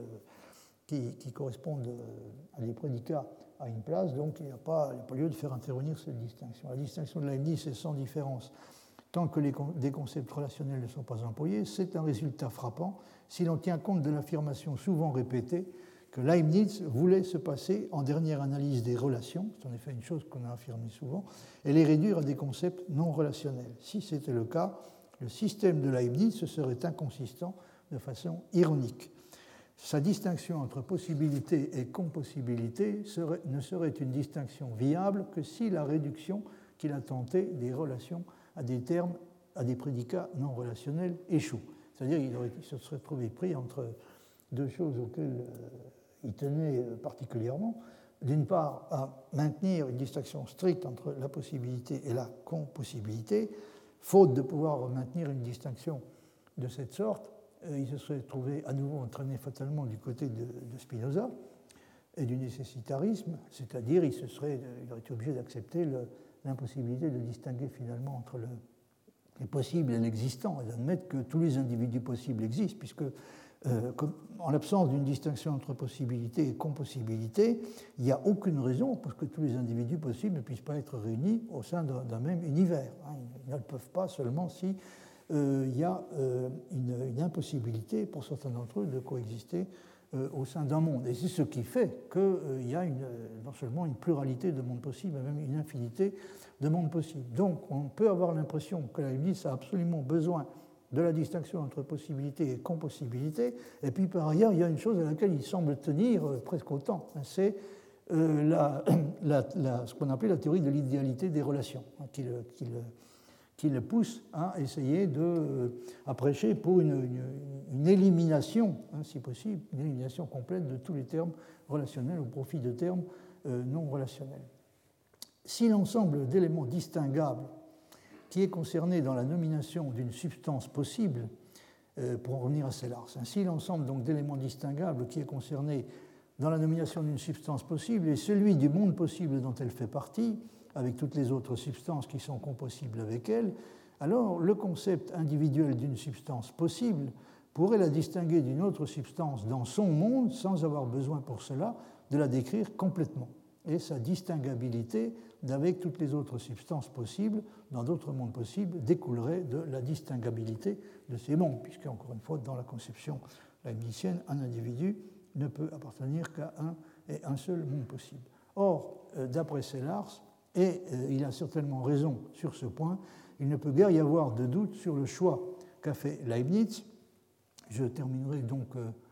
qui, qui correspondent à des prédicats à une place, donc il n'y a pas, il n'y a pas lieu de faire intervenir cette distinction. La distinction de Leibniz est sans différence tant que les, des concepts relationnels ne sont pas employés. C'est un résultat frappant si l'on tient compte de l'affirmation souvent répétée que Leibniz voulait se passer en dernière analyse des relations, c'est en effet une chose qu'on a affirmée souvent, et les réduire à des concepts non relationnels. Si c'était le cas, le système de Leibniz serait inconsistant de façon ironique. Sa distinction entre possibilité et compossibilité serait, ne serait une distinction viable que si la réduction qu'il a tentée des relations à des termes, à des prédicats non relationnels échoue. C'est-à-dire qu'il se serait trouvé pris entre deux choses auxquelles il tenait particulièrement. D'une part, à maintenir une distinction stricte entre la possibilité et la compossibilité. Faute de pouvoir maintenir une distinction de cette sorte, il se serait trouvé à nouveau entraîné fatalement du côté de, de Spinoza et du nécessitarisme, c'est-à-dire il, se serait, il aurait été obligé d'accepter l'impossibilité de distinguer finalement entre le, les possibles et l'existant, et d'admettre que tous les individus possibles existent, puisque euh, comme, en l'absence d'une distinction entre possibilité et compossibilité, il n'y a aucune raison pour que tous les individus possibles ne puissent pas être réunis au sein d'un même univers. Hein. Ils ne le peuvent pas seulement si euh, il y a euh, une, une impossibilité pour certains d'entre eux de coexister euh, au sein d'un monde. Et c'est ce qui fait qu'il euh, y a une, non seulement une pluralité de mondes possibles, mais même une infinité de mondes possibles. Donc on peut avoir l'impression que Leibniz a absolument besoin de la distinction entre possibilité et compossibilité, et puis par ailleurs, il y a une chose à laquelle il semble tenir euh, presque autant, hein, c'est euh, la, la, la, ce qu'on appelait la théorie de l'idéalité des relations, hein, qui, le, qui, le, qui le pousse à essayer de, euh, à prêcher pour une, une, une élimination, hein, si possible, une élimination complète de tous les termes relationnels au profit de termes euh, non relationnels. Si l'ensemble d'éléments distinguables qui est concerné dans la nomination d'une substance possible, euh, pour en revenir à Sellars, ainsi l'ensemble donc d'éléments distinguables qui est concerné dans la nomination d'une substance possible est celui du monde possible dont elle fait partie, avec toutes les autres substances qui sont compossibles avec elle, alors le concept individuel d'une substance possible pourrait la distinguer d'une autre substance dans son monde sans avoir besoin pour cela de la décrire complètement. Et sa distinguabilité d'avec toutes les autres substances possibles dans d'autres mondes possibles découlerait de la distinguabilité de ces mondes, puisque, encore une fois, dans la conception leibnizienne, un individu ne peut appartenir qu'à un et un seul monde possible. Or, d'après Sellars, et il a certainement raison sur ce point, il ne peut guère y avoir de doute sur le choix qu'a fait Leibniz. Je terminerai donc...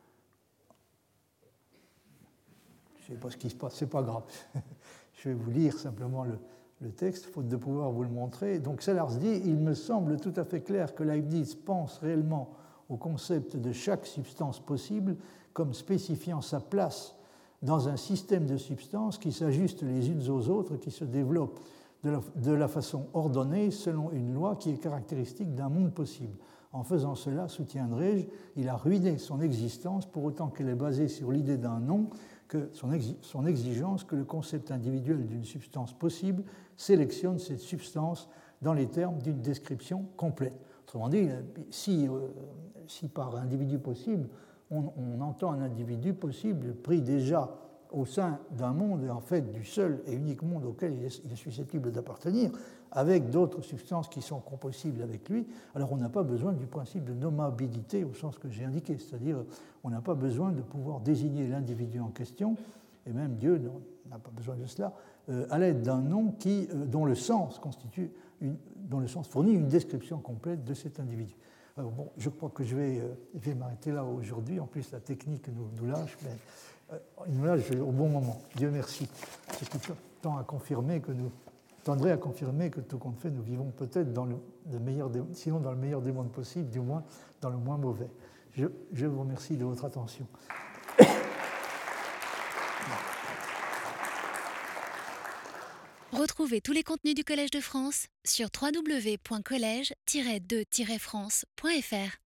Je ne sais pas ce qui se passe, ce n'est pas grave. Je vais vous lire simplement le, le texte, faute de pouvoir vous le montrer. Donc Sellars dit « Il me semble tout à fait clair que Leibniz pense réellement au concept de chaque substance possible comme spécifiant sa place dans un système de substances qui s'ajustent les unes aux autres et qui se développent de la, de la façon ordonnée selon une loi qui est caractéristique d'un monde possible. En faisant cela, soutiendrai-je, il a ruiné son existence pour autant qu'elle est basée sur l'idée d'un nom, que son, exi- son exigence que le concept individuel d'une substance possible sélectionne cette substance dans les termes d'une description complète. Autrement dit, si, euh, si par individu possible, on, on entend un individu possible pris déjà au sein d'un monde, et en fait du seul et unique monde auquel il est, il est susceptible d'appartenir, avec d'autres substances qui sont compossibles avec lui, alors on n'a pas besoin du principe de nommabilité au sens que j'ai indiqué, c'est-à-dire on n'a pas besoin de pouvoir désigner l'individu en question, et même Dieu n'a pas besoin de cela, euh, à l'aide d'un nom qui, euh, dont le sens constitue une, dont le sens fournit une description complète de cet individu. Alors bon, je crois que je vais, euh, je vais m'arrêter là aujourd'hui. En plus, la technique nous, nous lâche, mais euh, il nous lâche au bon moment. Dieu merci. Ce qui tend à confirmer que nous tendrait à confirmer que tout compte fait, nous vivons peut-être dans le, le meilleur des, sinon dans le meilleur des mondes possibles, du moins dans le moins mauvais. Je, je vous remercie de votre attention. Retrouvez tous les contenus du Collège de France sur w w w point collège tiret de tiret france point f r.